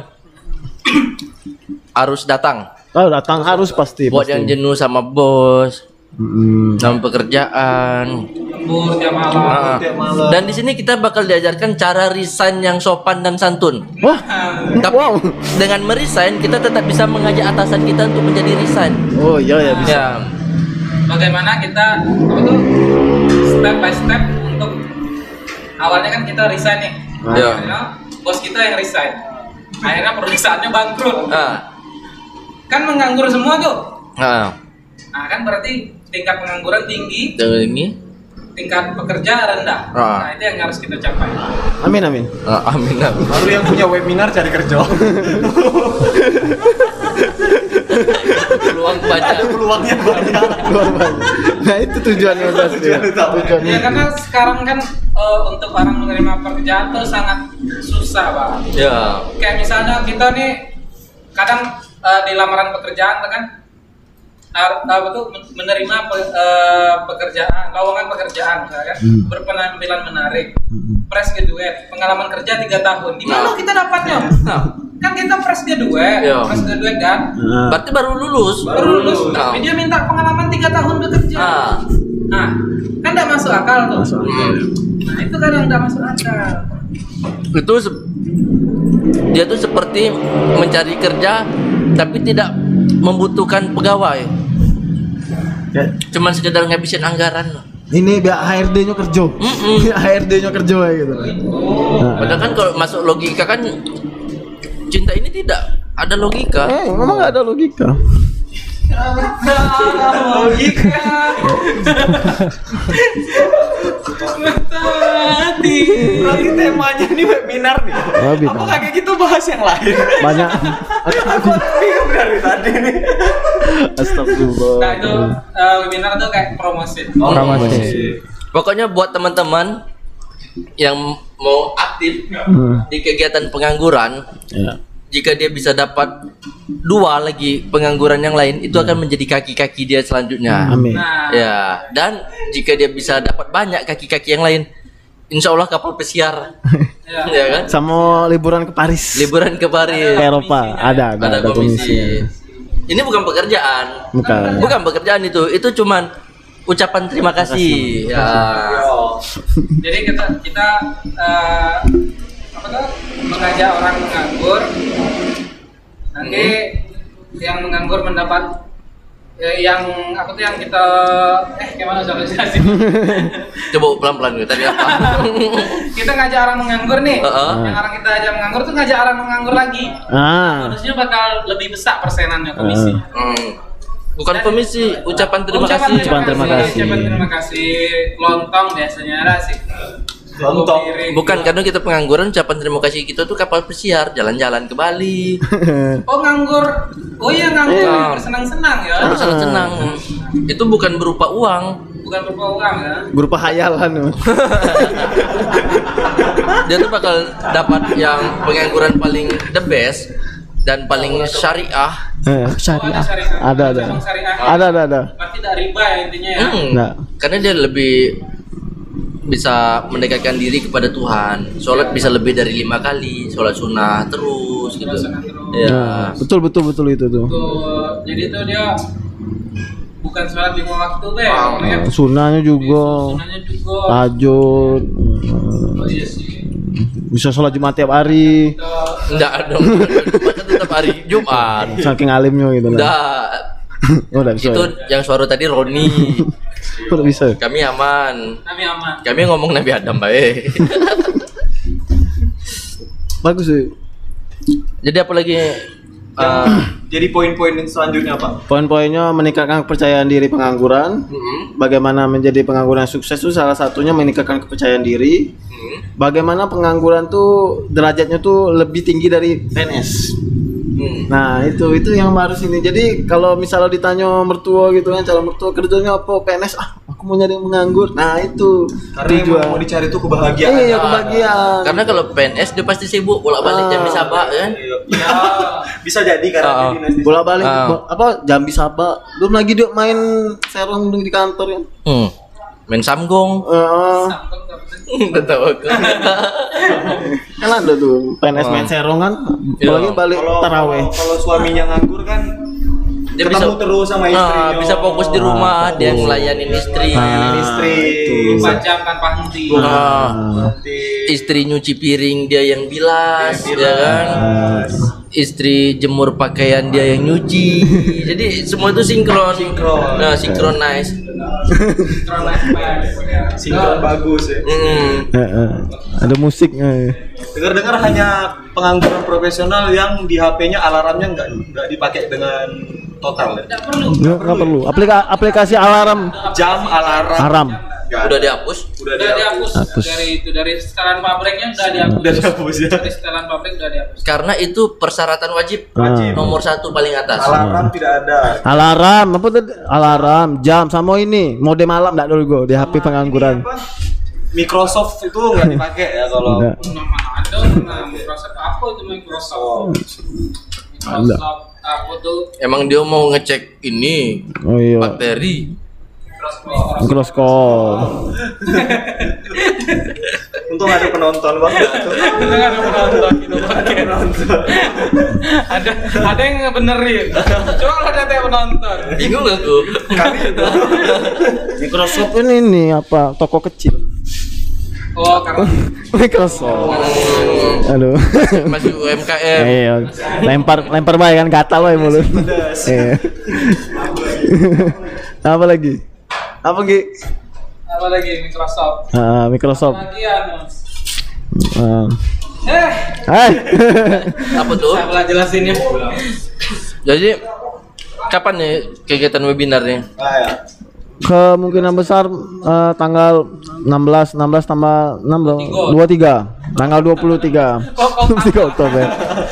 Speaker 2: harus datang.
Speaker 5: Oh, datang harus pasti.
Speaker 2: Buat
Speaker 5: pasti.
Speaker 2: yang jenuh sama bos,
Speaker 5: Mm-mm.
Speaker 2: sama pekerjaan,
Speaker 1: lembur tiap malam.
Speaker 2: Nah,
Speaker 4: tiap malam.
Speaker 2: dan di sini kita bakal diajarkan cara resign yang sopan dan santun.
Speaker 5: Wah,
Speaker 2: Tapi
Speaker 5: wow.
Speaker 2: dengan meresign kita tetap bisa mengajak atasan kita untuk menjadi resign.
Speaker 5: Oh iya ya bisa.
Speaker 2: Ya.
Speaker 1: Bagaimana kita apa tuh step by step untuk awalnya kan kita resign nih.
Speaker 2: Ya.
Speaker 1: Akhirnya bos kita yang resign. Akhirnya perusahaannya bangkrut.
Speaker 2: Ah.
Speaker 1: Kan menganggur semua tuh.
Speaker 2: Nah,
Speaker 1: Nah kan berarti tingkat pengangguran tinggi,
Speaker 2: dengan ini.
Speaker 1: tingkat pekerja rendah.
Speaker 2: Ah.
Speaker 1: Nah itu yang harus kita capai.
Speaker 5: Amin amin.
Speaker 2: Ah, amin. amin.
Speaker 4: Lalu yang punya webinar cari kerja.
Speaker 2: Peluang banyak.
Speaker 4: Ada peluangnya banyak.
Speaker 5: Luar biasa. Nah itu tujuannya udah sih.
Speaker 4: Tujuan utama.
Speaker 5: Tujuannya.
Speaker 1: Ya karena sekarang kan eh, untuk orang menerima pekerjaan tuh sangat susah, Pak.
Speaker 2: Ya.
Speaker 1: Kayak misalnya kita nih kadang eh, di lamaran pekerjaan kan har- apa tuh men- menerima pe- eh, pekerjaan, lowongan pekerjaan misalnya kan
Speaker 5: Hmm.
Speaker 1: berpenampilan menarik,
Speaker 5: Hmm.
Speaker 1: fresh graduate, pengalaman kerja tiga tahun. Di mana
Speaker 2: Nah.
Speaker 1: kita dapatnya?
Speaker 2: Nah,
Speaker 1: Kan kita fresh graduate,
Speaker 2: Iya.
Speaker 1: fresh graduate kan,
Speaker 5: Nah,
Speaker 2: berarti baru lulus.
Speaker 1: baru lulus,
Speaker 2: Nah.
Speaker 1: tapi dia minta pengalaman tiga tahun bekerja.
Speaker 2: Ah.
Speaker 1: Nah, kan tidak masuk akal tuh.
Speaker 5: masuk akal.
Speaker 2: Hmm.
Speaker 1: Nah itu kan yang tidak masuk akal.
Speaker 2: Itu se- dia tuh seperti mencari kerja tapi tidak membutuhkan pegawai.
Speaker 5: Kayak,
Speaker 2: Cuman sekedar ngabisin anggaran.
Speaker 5: ini biar H R D-nya kerja.
Speaker 2: Mm-mm.
Speaker 5: H R D-nya kerja ya gitu. Nah,
Speaker 2: Padahal kan kalau masuk logika kan cinta ini tidak ada logika.
Speaker 5: eh, memang nggak ada logika.
Speaker 1: Logika. Mati.
Speaker 4: Berarti temanya ini webinar nih.
Speaker 5: Oh, webinar.
Speaker 4: Apakah kayak gitu bahas yang lain?
Speaker 5: Banyak.
Speaker 4: Aku bingung dari tadi nih.
Speaker 5: Astagfirullah.
Speaker 1: Nah itu eh, webinar tuh kayak promosi.
Speaker 3: Promosi.
Speaker 2: Pokoknya buat teman-teman yang mau aktif
Speaker 5: Hmm.
Speaker 2: di kegiatan pengangguran,
Speaker 5: Ya.
Speaker 2: jika dia bisa dapat dua lagi pengangguran yang lain, itu akan menjadi kaki-kaki dia selanjutnya.
Speaker 5: Amin.
Speaker 1: Nah,
Speaker 2: Ya, dan jika dia bisa dapat banyak kaki-kaki yang lain, insya Allah kapal pesiar,
Speaker 1: ya.
Speaker 2: ya kan?
Speaker 5: Sama liburan ke Paris.
Speaker 2: Liburan ke Paris,
Speaker 5: Ke Eropa ada ada
Speaker 2: ada
Speaker 5: ada
Speaker 2: komisi.
Speaker 5: komisi.
Speaker 2: Ini bukan pekerjaan,
Speaker 5: Bukan.
Speaker 2: bukan pekerjaan itu, itu cuman ucapan terima kasih. Ya,
Speaker 1: Jadi kita kita eh, apa tuh mengajak orang menganggur, nanti yang menganggur mendapat eh, yang apa tuh yang kita eh gimana cara jelasin?
Speaker 2: coba pelan-pelan gue tadi apa?
Speaker 1: Kita ngajak orang menganggur nih,
Speaker 2: Heeh.
Speaker 1: yang orang kita ajak menganggur tuh ngajak orang menganggur lagi.
Speaker 5: Ah.
Speaker 1: Bonusnya bakal lebih besar persenannya komisi.
Speaker 2: Hmm. Bukan komisi, ucapan terima
Speaker 1: Ucapan
Speaker 2: kasih.
Speaker 5: Ucapan terima kasih.
Speaker 1: Ucapan terima kasih. Lontong biasanya ada sih.
Speaker 4: Lontong.
Speaker 1: Piring.
Speaker 2: Bukan karena kita pengangguran, ucapan terima kasih kita tuh kapal pesiar, jalan-jalan ke Bali.
Speaker 1: Oh nganggur. Oh iya nganggur.
Speaker 2: Iya.
Speaker 1: Bersenang-senang ya.
Speaker 2: Harus senang. Itu bukan berupa uang.
Speaker 1: Bukan berupa uang ya.
Speaker 5: Berupa hayalan.
Speaker 2: Dia tuh bakal dapat yang pengangguran paling the best dan paling syariah.
Speaker 5: Eh,
Speaker 1: Oh,
Speaker 3: Syariah.
Speaker 1: ada syariah.
Speaker 5: Ada ada.
Speaker 1: Cabang syariah.
Speaker 5: Ada ada ada.
Speaker 1: Berarti tidak riba ya intinya ya.
Speaker 2: Hmm.
Speaker 5: Nah.
Speaker 2: Karena dia lebih bisa mendekatkan diri kepada Tuhan. Sholat bisa lebih dari lima kali, sholat sunnah terus gitu.
Speaker 1: Sholat sunnah terus.
Speaker 2: Ya.
Speaker 5: Nah, betul betul betul itu tuh.
Speaker 1: Tuh, jadi itu dia bukan sholat lima waktu deh.
Speaker 2: Wow.
Speaker 1: Ya.
Speaker 5: Sunnahnya juga,
Speaker 1: Sunahnya juga.
Speaker 5: tahajud,
Speaker 1: Oh iya sih.
Speaker 5: bisa sholat Jumat tiap hari.
Speaker 1: Kita-
Speaker 2: Enggak dong. Jumat kan tetap hari Jumat.
Speaker 5: Saking alimnya gitu lah.
Speaker 2: Enggak.
Speaker 5: Oh, udah bisa.
Speaker 2: Itu yang suara tadi Roni.
Speaker 5: Udah bisa.
Speaker 2: Kami aman.
Speaker 1: Kami aman.
Speaker 2: Kami ngomong Nabi Adam baik.
Speaker 5: Bagus sih.
Speaker 2: Jadi apa lagi? Uh,
Speaker 4: Jadi poin-poin selanjutnya apa?
Speaker 5: Poin-poinnya meningkatkan kepercayaan diri pengangguran.
Speaker 2: hmm,
Speaker 5: Bagaimana menjadi pengangguran sukses itu salah satunya meningkatkan kepercayaan diri.
Speaker 2: hmm,
Speaker 5: Bagaimana pengangguran tuh derajatnya tuh lebih tinggi dari P N S.
Speaker 2: hmm.
Speaker 5: Nah itu itu yang harus ini. Jadi kalau misalnya ditanya mertua gitu kan, calon mertua kerjanya apa P N S? Ah aku mau nyari yang menganggur. Nah itu
Speaker 4: Karena yang
Speaker 5: tujuan.
Speaker 4: mau dicari itu kebahagiaan.
Speaker 5: Iya kebahagiaan.
Speaker 2: Karena kalau P N S dia pasti sibuk bolak-balik
Speaker 5: Ah.
Speaker 2: Jambi Sabak kan.
Speaker 4: Ya, bisa jadi karena
Speaker 2: Ah, ah.
Speaker 4: di dinas di
Speaker 5: Bola balik
Speaker 2: Ah.
Speaker 5: apa Jambi Sabak. Belum lagi dia main serong di kantor kan.
Speaker 2: Hmm. Main samgong.
Speaker 5: Eh,
Speaker 1: Sambung nggak betul.
Speaker 2: Enggak tahu aku.
Speaker 5: kan ada tuh P N S main
Speaker 2: Ah.
Speaker 5: serong kan.
Speaker 2: Iya.
Speaker 5: Apalagi balik
Speaker 4: Kalau
Speaker 5: taraweh.
Speaker 4: kalau- kalau suaminya nganggur kan
Speaker 2: Dia
Speaker 4: ketemu
Speaker 2: bisa
Speaker 4: terus sama istrinya.
Speaker 2: Ah, bisa fokus di rumah, dia ngelayanin istri.
Speaker 4: Ngelayanin istri.
Speaker 1: empat jam tanpa henti.
Speaker 2: Ah,
Speaker 4: Nanti
Speaker 2: istri nyuci piring dia yang bilas,
Speaker 4: Dia yang
Speaker 2: ya kan?
Speaker 4: bilas.
Speaker 2: Istri jemur pakaian dia yang nyuci. Jadi semua itu sinkron.
Speaker 4: Sinkron.
Speaker 2: Nah, synchronize.
Speaker 4: sinkron bagus ya.
Speaker 2: Mm.
Speaker 5: Eh, eh. Ada musiknya.
Speaker 4: Dengar-dengar hanya pengangguran profesional yang di H P-nya alarmnya nggak nggak dipakai dengan total ya.
Speaker 5: Nggak nggak perlu. Aplika- aplikasi alarm
Speaker 4: Jam alarm.
Speaker 5: haram.
Speaker 4: Nggak ada.
Speaker 2: Udah dihapus?
Speaker 4: Udah
Speaker 1: Udah dihapus
Speaker 5: Hapus.
Speaker 1: dari itu dari setelan pabriknya udah dihapus.
Speaker 4: Udah dihapus ya.
Speaker 1: Dari setelan pabrik udah dihapus.
Speaker 2: Karena itu persyaratan wajib.
Speaker 5: Wajib.
Speaker 2: Nomor satu paling atas.
Speaker 4: Alarm tidak ada.
Speaker 5: Alarm apa tadi? Alarm, jam sama ini mode malam enggak dulu gue di H P pengangguran.
Speaker 4: Apa? Microsoft itu nggak dipakai ya kalau.
Speaker 5: Enggak.
Speaker 1: Nama ada nah Microsoft apa itu Microsoft? Microsoft apa tuh?
Speaker 2: Emang dia mau ngecek ini
Speaker 5: Oh iya.
Speaker 2: bakteri.
Speaker 1: Microsoft.
Speaker 5: Mikroskop.
Speaker 4: Untung ada penonton banget.
Speaker 1: Dengar ada penonton gitu pakai penonton. Ada ada yang ngebenerin. Coba kalau ada yang penonton.
Speaker 2: Bingung aku.
Speaker 5: Microsoft ini nih apa? Toko kecil.
Speaker 1: Oh karena
Speaker 5: Microsoft. Aduh.
Speaker 2: Masih U M K M.
Speaker 5: Iya. Lempar lempar baik kan gatal wae mulut. Iya. Apa lagi? Apa Gi?
Speaker 1: apa lagi Microsoft?
Speaker 5: Ah, Microsoft.
Speaker 1: Lagi anu.
Speaker 5: Ah.
Speaker 1: Eh,
Speaker 5: Hai.
Speaker 2: Apa tuh?
Speaker 1: saya boleh jelasin ya.
Speaker 2: Jadi kapan nih kegiatan webinarnya?
Speaker 4: Ah, ya.
Speaker 5: Kemungkinan besar eh, tanggal enam belas enam belas tambah enam dong. dua puluh tiga. Tanggal dua puluh tiga. dua puluh tiga Oktober.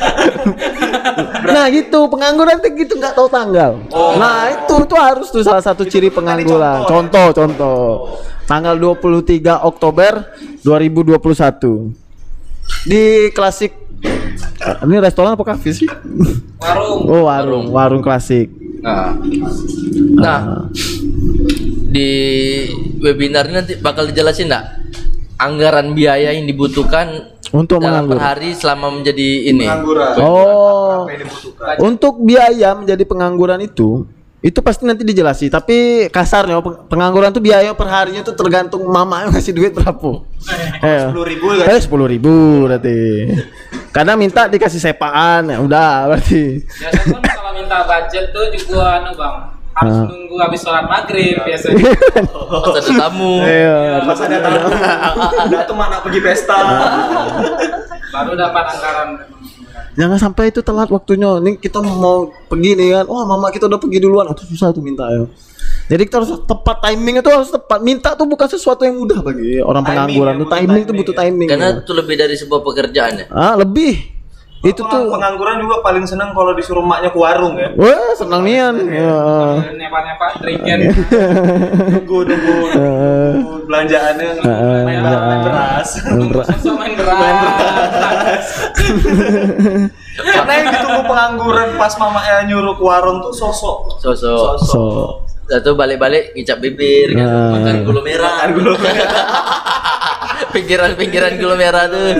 Speaker 5: Nah gitu pengangguran tuh gitu nggak tahu tanggal. Nah itu itu harus tuh salah satu ciri pengangguran. Contoh contoh tanggal dua puluh tiga Oktober dua ribu dua puluh satu di klasik. eh, Ini restoran apa kafe sih?
Speaker 1: Warung.
Speaker 5: Oh warung warung klasik.
Speaker 2: Nah, nah di webinar ini nanti bakal dijelasin nggak anggaran biaya yang dibutuhkan
Speaker 5: Untuk
Speaker 2: dalam
Speaker 5: menganggur.
Speaker 2: per hari selama menjadi ini.
Speaker 4: Pengangguran.
Speaker 5: Oh,
Speaker 4: Apa yang dibutuhkan?
Speaker 5: untuk biaya menjadi pengangguran itu, itu pasti nanti dijelasi. Tapi kasarnya peng- pengangguran tuh biaya per harinya tuh tergantung mama yang ngasih duit berapa. Eh,
Speaker 4: sepuluh ribu kan?
Speaker 5: eh sepuluh ribu berarti. Kadang minta dikasih sepaan, ya udah berarti.
Speaker 1: Biasanya pun kalau minta budget tuh juga anu bang harus
Speaker 5: Ah.
Speaker 1: nunggu habis sholat maghrib biasanya.
Speaker 2: Pas ada tamu.
Speaker 5: Iya.
Speaker 4: Pas ada tamu, udah tuh mana pergi pesta.
Speaker 1: Baru dapat anggaran.
Speaker 5: Jangan sampai itu telat waktunya. Nih kita mau pergi nih kan. Wah, mama kita udah pergi duluan. Itu susah tuh minta ya. Jadi kita harus tepat timing itu harus tepat. Minta tuh bukan sesuatu yang mudah bagi orang
Speaker 4: Timing
Speaker 5: pengangguran.
Speaker 4: ya,
Speaker 5: Tuh
Speaker 4: butuh
Speaker 5: timing tuh
Speaker 4: timing
Speaker 5: butuh
Speaker 4: ya.
Speaker 5: timing.
Speaker 2: Karena
Speaker 5: ya.
Speaker 2: itu lebih dari sebuah pekerjaan ya.
Speaker 5: Ah, lebih. Itu tuh
Speaker 4: pengangguran juga paling senang kalau disuruh maknya ke warung ya.
Speaker 5: wah, senang nian. Ya.
Speaker 1: Nepa-nepa drinkin.
Speaker 4: Nunggu nunggu nunggu belanjaannya main
Speaker 5: Ah,
Speaker 4: main beras.
Speaker 1: Sosok main beras.
Speaker 4: Karena yang ditunggu pengangguran pas mamanya nyuruh ke warung tuh sosok.
Speaker 2: Sosok.
Speaker 5: So,
Speaker 2: Satu balik-balik ngicap bibir, kan?
Speaker 5: Nah.
Speaker 2: Makan gula merah.
Speaker 4: Makan gula merah.
Speaker 2: Pinggiran-pinggiran gula merah tuh.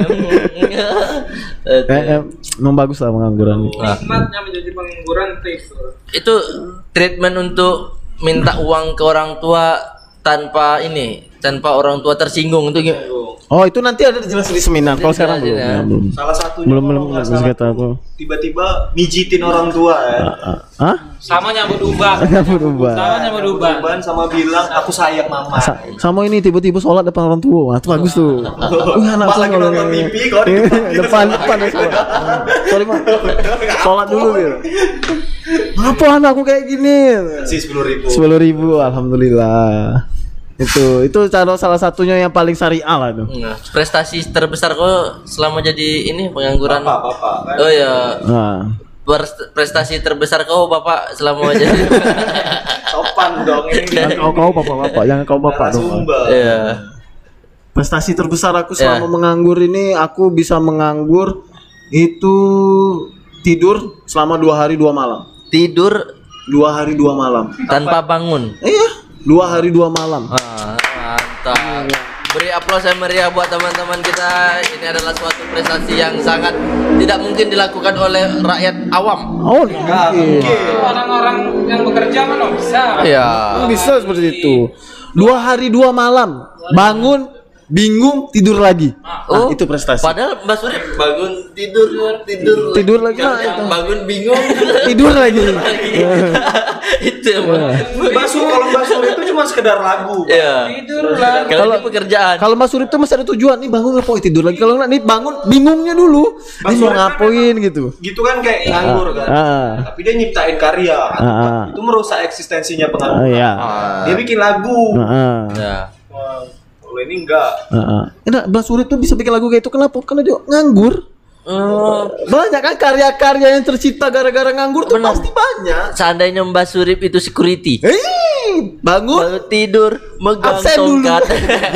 Speaker 5: eh, eh, memang bagus lah pengangguran.
Speaker 1: Nikmatnya menjadi pengangguran tips.
Speaker 2: Itu treatment untuk minta uang ke orang tua tanpa ini, tanpa orang tua tersinggung itu gimana?
Speaker 5: Oh, itu nanti ada dijelasin di seminar. Kalau sekarang belum.
Speaker 2: Dijelasin, ya.
Speaker 5: Ya, belum.
Speaker 4: Salah satunya
Speaker 5: Belum,
Speaker 4: kalau
Speaker 5: belum,
Speaker 4: nggak
Speaker 5: belum
Speaker 4: salah
Speaker 5: kata
Speaker 4: tuh
Speaker 5: aku.
Speaker 4: tiba-tiba mijitin orang tua ya.
Speaker 5: Ah, ah?
Speaker 1: Sama nyambut ubah.
Speaker 5: Nggak berubah.
Speaker 1: Sama nyambut ubah.
Speaker 4: Ban sama bilang aku sayang mama.
Speaker 5: Sa- sama ini tiba-tiba sholat depan orang tua. Wah, itu bagus tuh. Wih, anak
Speaker 4: Pas lagi
Speaker 5: kalau
Speaker 4: nonton
Speaker 5: kayak
Speaker 4: T V kau di
Speaker 5: gini.
Speaker 4: depan gitu.
Speaker 5: depan depan ya, sholat. Hmm, sorry mah. Sholat dulu gitu. Apa anakku kayak gini?
Speaker 4: Si sepuluh ribu.
Speaker 5: Sepuluh ribu, alhamdulillah. Itu itu cara salah satunya yang paling syariah lah tuh.
Speaker 2: Nah, prestasi terbesar kok selama jadi ini pengangguran.
Speaker 4: Bapak, bapak kan.
Speaker 2: Oh ya,
Speaker 5: Nah,
Speaker 2: Pres- prestasi terbesar kau bapak selama jadi.
Speaker 4: Sopan dong ini.
Speaker 5: jangan kau kau bapak-bapak, jangan kau bapak dong.
Speaker 4: Sumba.
Speaker 2: Iya.
Speaker 5: Prestasi terbesar aku selama
Speaker 2: Ya.
Speaker 5: menganggur ini, aku bisa menganggur itu tidur selama dua hari dua malam.
Speaker 2: Tidur
Speaker 5: Dua hari dua malam.
Speaker 2: tanpa bangun.
Speaker 5: Iya, dua hari dua malam.
Speaker 2: Ah, mantap. Beri aplaus yang meriah buat teman-teman kita. Ini adalah suatu prestasi yang sangat tidak mungkin dilakukan oleh rakyat awam.
Speaker 5: Oh, mungkin.
Speaker 1: Itu orang-orang yang bekerja mana bisa.
Speaker 2: Iya.
Speaker 5: Bisa seperti itu. Dua hari dua malam, bangun, bingung, tidur lagi.
Speaker 2: Oh,
Speaker 5: Nah, itu prestasi.
Speaker 2: Padahal Mbak Surip bangun tidur tidur
Speaker 5: Tidur lagi.
Speaker 2: Nah,
Speaker 5: Nah, itu.
Speaker 2: bangun bingung
Speaker 5: Tidur lagi.
Speaker 2: itu emang.
Speaker 4: Mbak Sur, kalau Mbak Sur itu cuma sekedar lagu.
Speaker 2: Iya.
Speaker 1: Tidur lah.
Speaker 2: Kalau ini pekerjaan.
Speaker 5: Kalau Mas Surip tuh masih ada tujuan nih, bangun ngapain tidur lagi. Kalau nggak nih bangun bingungnya dulu. Ini mau ngapain gitu.
Speaker 4: Gitu kan kayak nganggur kan.
Speaker 5: Ah.
Speaker 4: Tapi dia nyiptain karya.
Speaker 5: Ah.
Speaker 4: Itu merusak eksistensinya
Speaker 5: Oh
Speaker 4: pengangguran.
Speaker 5: iya.
Speaker 4: Dia bikin lagu.
Speaker 5: Heeh.
Speaker 2: Ya.
Speaker 4: Wah, kalau ini enggak.
Speaker 5: Heeh. Enak, Mas Surip tuh bisa bikin lagu kayak itu kenapa? Karena dia nganggur.
Speaker 2: Oh,
Speaker 5: Banyak kan karya-karya yang tercipta gara-gara nganggur tuh
Speaker 2: Benar.
Speaker 5: pasti banyak.
Speaker 2: seandainya Mbak Surip itu security.
Speaker 5: Eh, bangun.
Speaker 2: Baru tidur megang
Speaker 5: Absen dulu.
Speaker 2: tongkat.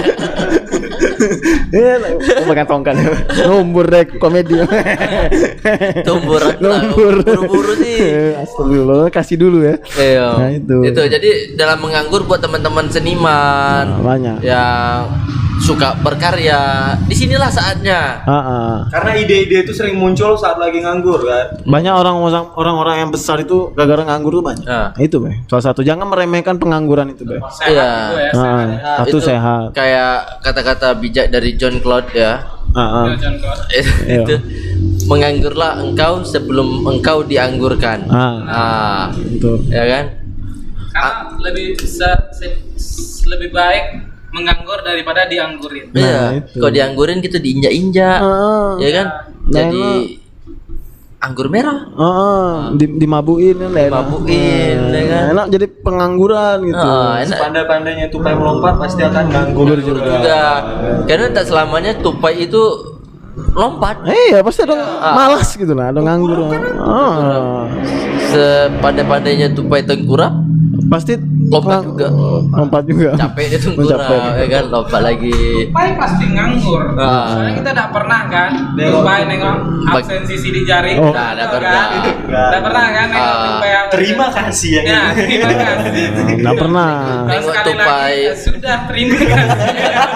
Speaker 5: Eh, oh, makan tongkat. Nombor rek komedi.
Speaker 2: Tumbur.
Speaker 5: Nombor.
Speaker 2: Buru-buru sih.
Speaker 5: Eh, Astagfirullah, kasih dulu ya.
Speaker 2: Iya.
Speaker 5: Nah, itu.
Speaker 2: Itu jadi dalam menganggur buat teman-teman seniman
Speaker 5: Nah, banyak.
Speaker 2: yang suka berkarya, disinilah saatnya.
Speaker 5: Heeh.
Speaker 4: Karena ide-ide itu sering muncul saat lagi nganggur kan.
Speaker 5: Banyak orang orang-orang yang besar itu gara-gara nganggur tuh banyak.
Speaker 2: Nah.
Speaker 5: Itu, Be. Salah satu jangan meremehkan pengangguran itu, Be.
Speaker 1: Sehat
Speaker 2: Iya.
Speaker 1: juga ya,
Speaker 5: Nah,
Speaker 1: sehat.
Speaker 5: satu
Speaker 2: Itu
Speaker 5: sehat.
Speaker 2: Kayak kata-kata bijak dari John Claude ya.
Speaker 5: Heeh.
Speaker 1: Jangan kau.
Speaker 2: Itu menganggurlah engkau sebelum engkau dianggurkan.
Speaker 5: Ah,
Speaker 2: Ah,
Speaker 5: itu.
Speaker 2: ya kan?
Speaker 1: Karena lebih se- se- lebih baik menganggur daripada dianggurin.
Speaker 2: Iya.
Speaker 5: itu.
Speaker 2: Kalau dianggurin gitu diinjak-injak.
Speaker 5: Heeh.
Speaker 2: Ya kan?
Speaker 5: Nah,
Speaker 2: Jadi anggur merah.
Speaker 5: Heeh, di- dimabuin kan enak.
Speaker 2: Dimabuin,
Speaker 5: Nah,
Speaker 2: ya kan?
Speaker 5: Enak jadi pengangguran gitu.
Speaker 2: Ah, enak
Speaker 4: Pandai-pandainya tupai melompat pasti akan nganggur juga.
Speaker 2: juga. Karena tak selamanya tupai itu lompat.
Speaker 5: Eh, ya pasti ada malas gitu lah, ada nganggur. Ah.
Speaker 2: Sepandai-pandainya tupai tengkurap,
Speaker 5: Pasti
Speaker 2: lompat
Speaker 5: pengang-
Speaker 2: juga.
Speaker 5: Lompat juga.
Speaker 2: Capek dia tengkurap,
Speaker 5: Capek.
Speaker 2: ya kan? Lompat lagi.
Speaker 1: Tupai pasti nganggur.
Speaker 2: Ah.
Speaker 1: Soalnya kita tidak pernah kan tupai nengok absensi sidik jari.
Speaker 5: Oh.
Speaker 2: Nah, nggak
Speaker 1: Gitu
Speaker 2: pernah.
Speaker 1: kan? Tidak pernah kan nengok
Speaker 2: Ah.
Speaker 1: tupai yang
Speaker 4: Terima kasih yang
Speaker 1: Ya,
Speaker 4: ini.
Speaker 1: terima kasih.
Speaker 5: Enggak pernah.
Speaker 1: Kalau
Speaker 2: Nengok
Speaker 1: sekali
Speaker 2: tupai.
Speaker 1: lagi ya sudah terima kasih.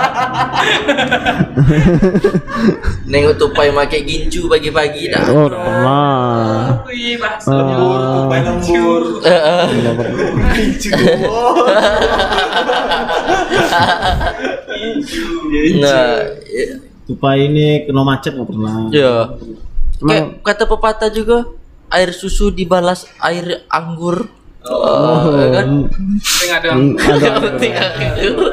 Speaker 2: Nengok tupai pakai gincu pagi-pagi dah.
Speaker 5: Oh, enggak pernah.
Speaker 1: Wih, baksonya.
Speaker 5: Ah.
Speaker 4: Tupai lembur.
Speaker 5: Enggak pernah.
Speaker 2: Nah, ya.
Speaker 5: Tupai ini kena macet enggak pernah.
Speaker 2: Ya.
Speaker 5: Emang-
Speaker 2: Kayak kata pepatah juga, air susu dibalas air anggur. Oh, ya kan?
Speaker 1: Penting ada
Speaker 2: Yang penting anggur.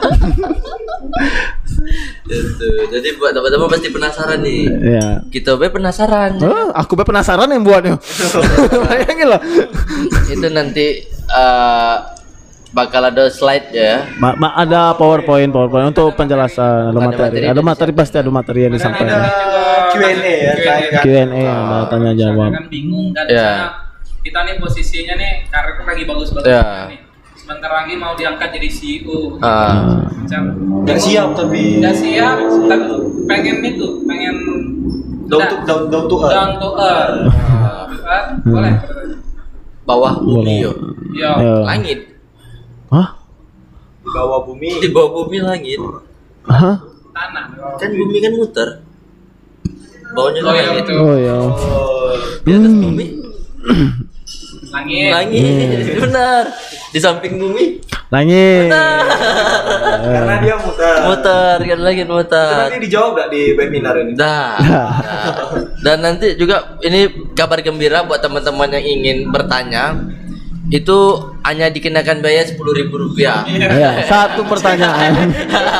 Speaker 2: Gitu. Jadi buat teman-teman pasti penasaran nih.
Speaker 5: Iya.
Speaker 2: Kita be penasaran.
Speaker 5: Oh, aku be penasaran yang buatnya. Bayangin lah.
Speaker 2: Itu nanti eh, bakal ada slide ya.
Speaker 5: Ma- ma- ada PowerPoint, PowerPoint untuk penjelasan, ada
Speaker 2: Ada
Speaker 5: materi.
Speaker 2: materi
Speaker 5: Ada
Speaker 2: yang
Speaker 5: materi pasti ada materi yang
Speaker 4: Ada
Speaker 5: disampaikan.
Speaker 4: Q and A ya. tanya.
Speaker 5: Q and A, ada tanya jawab.
Speaker 1: kan bingung dan
Speaker 2: Ya.
Speaker 1: sana kita nih posisinya nih karir lagi bagus-bagus
Speaker 2: Ya.
Speaker 1: nih. Sebentar lagi mau diangkat jadi C E O.
Speaker 2: Ah.
Speaker 1: Macam
Speaker 4: Nggak siap tapi.
Speaker 1: udah siap, tapi pengen itu, pengen
Speaker 4: Down to down down to earth.
Speaker 1: down to earth. Ah, boleh.
Speaker 2: Bawah bumi yo.
Speaker 1: Ya.
Speaker 5: Ya.
Speaker 2: Langit.
Speaker 5: Hah?
Speaker 4: Di bawah bumi.
Speaker 2: Di bawah bumi langit.
Speaker 5: Hah?
Speaker 1: Tanah.
Speaker 2: Kan bumi kan muter. Bawahnya
Speaker 1: Oh, iya,
Speaker 2: langit.
Speaker 1: betul.
Speaker 5: Oh ya.
Speaker 4: Oh,
Speaker 2: Di atas bumi
Speaker 1: Langit.
Speaker 2: langit. Benar. Di samping bumi
Speaker 5: Langit.
Speaker 4: karena dia muter.
Speaker 2: muter kan langit
Speaker 4: Itu
Speaker 2: muter.
Speaker 4: nanti dijawab nggak di webinar ini?
Speaker 2: Dah. Nah. Dan nanti juga ini kabar gembira buat teman-teman yang ingin bertanya. Itu hanya dikenakan biaya sepuluh ribu rupiah.
Speaker 5: Ya, satu pertanyaan.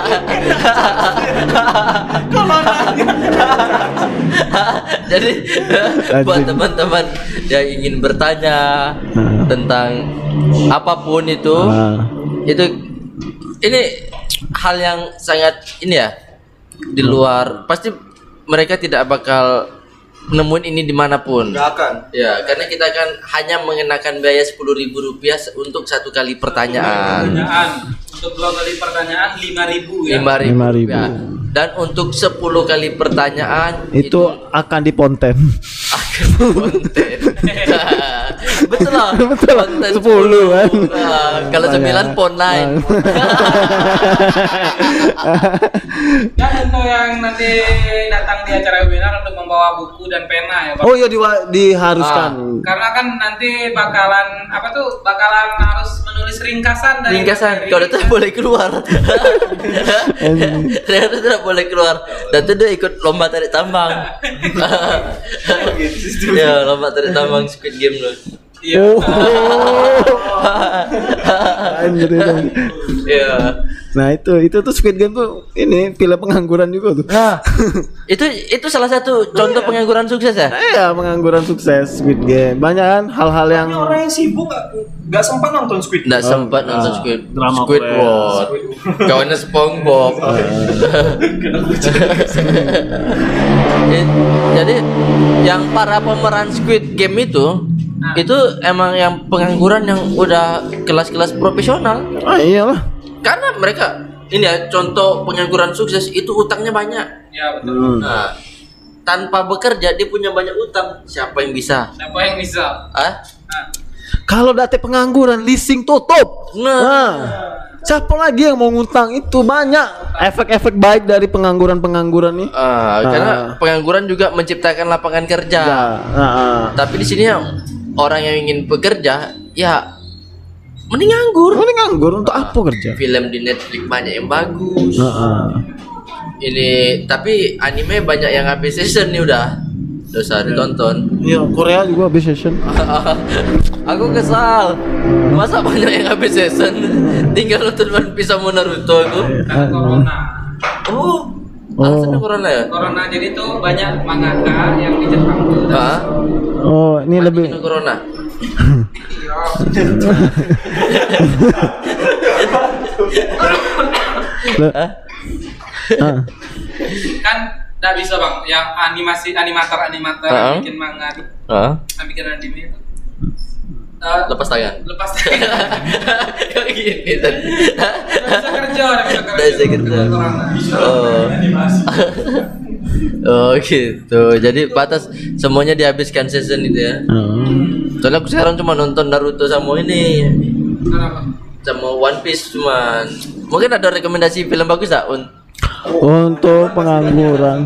Speaker 2: Jadi buat teman-teman yang ingin bertanya tentang apapun itu,
Speaker 5: Ah.
Speaker 2: itu ini hal yang sangat ini ya di luar. Pasti mereka tidak bakal nemuin ini dimanapun.
Speaker 4: Nggak akan.
Speaker 2: Ya, karena kita akan hanya mengenakan biaya sepuluh ribu rupiah untuk satu kali pertanyaan.
Speaker 1: Pertanyaan. Untuk dua kali pertanyaan lima ribu ya.
Speaker 2: lima ribu
Speaker 5: Lima ribu.
Speaker 2: rupiah. Dan untuk sepuluh kali pertanyaan
Speaker 5: Itu akan diponten.
Speaker 2: akan konten. betul lah.
Speaker 5: Betul lah,
Speaker 2: Konten
Speaker 5: sepuluh kan.
Speaker 2: Ah, kalau
Speaker 5: Banyak.
Speaker 2: sembilan pon lain.
Speaker 1: Dan untuk yang nanti datang di acara webinar untuk membawa buku dan pena ya Pak.
Speaker 5: Oh iya diwa- diharuskan.
Speaker 1: Karena kan nanti bakalan apa tuh bakalan harus menulis ringkasan dari
Speaker 2: Ringkasan,
Speaker 1: materi.
Speaker 2: kalau itu boleh keluar. Ternyata tidak boleh keluar. Dan itu dia ikut lomba tarik tambang. Ya, lomba tarik tambang Squid Game loh.
Speaker 1: Iya.
Speaker 5: Oh. Anjir, anjir.
Speaker 2: Iya.
Speaker 5: Nah itu itu tuh Squid Game tuh ini film pengangguran juga tuh.
Speaker 2: Nah, itu itu salah satu contoh pengangguran sukses ya.
Speaker 5: Iya pengangguran sukses Squid Game. Banyak kan hal-hal yang
Speaker 4: Ini orang yang sibuk nggak nggak sempat nonton Squid.
Speaker 2: Nggak sempat nonton
Speaker 5: ah,
Speaker 2: Squid
Speaker 5: drama
Speaker 2: Squidward. Kawannya SpongeBob. Eh, Jadi yang para pemeran Squid Game itu itu emang yang pengangguran yang udah kelas-kelas profesional.
Speaker 5: ah iyalah.
Speaker 2: Karena mereka ini ya contoh pengangguran sukses itu utangnya banyak.
Speaker 1: Ya betul.
Speaker 5: Hmm.
Speaker 2: Nah, tanpa bekerja dia punya banyak utang. Siapa yang bisa?
Speaker 1: Siapa yang bisa?
Speaker 2: Ah?
Speaker 1: Nah,
Speaker 5: Kalau date pengangguran leasing tutup.
Speaker 2: Nah.
Speaker 5: Nah, siapa lagi yang mau ngutang itu banyak efek-efek baik dari pengangguran-pengangguran nih.
Speaker 2: Ah, karena
Speaker 5: Ah.
Speaker 2: pengangguran juga menciptakan lapangan kerja.
Speaker 5: Ya, ah, ah.
Speaker 2: Tapi di sini ya, orang yang ingin bekerja ya mending nganggur.
Speaker 5: Ini nganggur untuk apa kerja?
Speaker 2: Film di Netflix banyak yang bagus.
Speaker 5: Ah, ah.
Speaker 2: Ini tapi anime banyak yang habis season nih udah. Dosa ditonton.
Speaker 5: Iya, Korea juga habis session.
Speaker 2: Aku kesal. Masa banyak yang habis season? Tinggal nonton One Piece sama Naruto aku.
Speaker 1: karena corona.
Speaker 2: Oh.
Speaker 5: Oh.
Speaker 2: Alasannya corona ya?
Speaker 1: Corona jadi tuh banyak mangaka yang di Jepang tuh.
Speaker 2: Ah.
Speaker 5: Oh, ini lebih
Speaker 2: Kena corona.
Speaker 5: Le-
Speaker 2: Hah?
Speaker 5: ah.
Speaker 1: Kan nggak bisa bang, yang animasi animator animator
Speaker 2: Ah.
Speaker 1: yang bikin manga,
Speaker 2: Ah.
Speaker 1: yang bikin anime itu. Eh,
Speaker 2: Lepas tangan.
Speaker 1: lepas tangan.
Speaker 2: Kayak gini tadi.
Speaker 1: Nggak bisa kerja, nggak bisa kerja.
Speaker 2: Nggak bisa kerja.
Speaker 1: Karena corona.
Speaker 2: Oh. Oh gitu. Jadi batas semuanya dihabiskan season itu ya.
Speaker 5: Oh.
Speaker 2: Soalnya aku sekarang cuma nonton Naruto sama ini
Speaker 1: Kenapa?
Speaker 2: sama One Piece cuman. Mungkin ada rekomendasi film bagus tak? Un-
Speaker 5: Untuk pengangguran.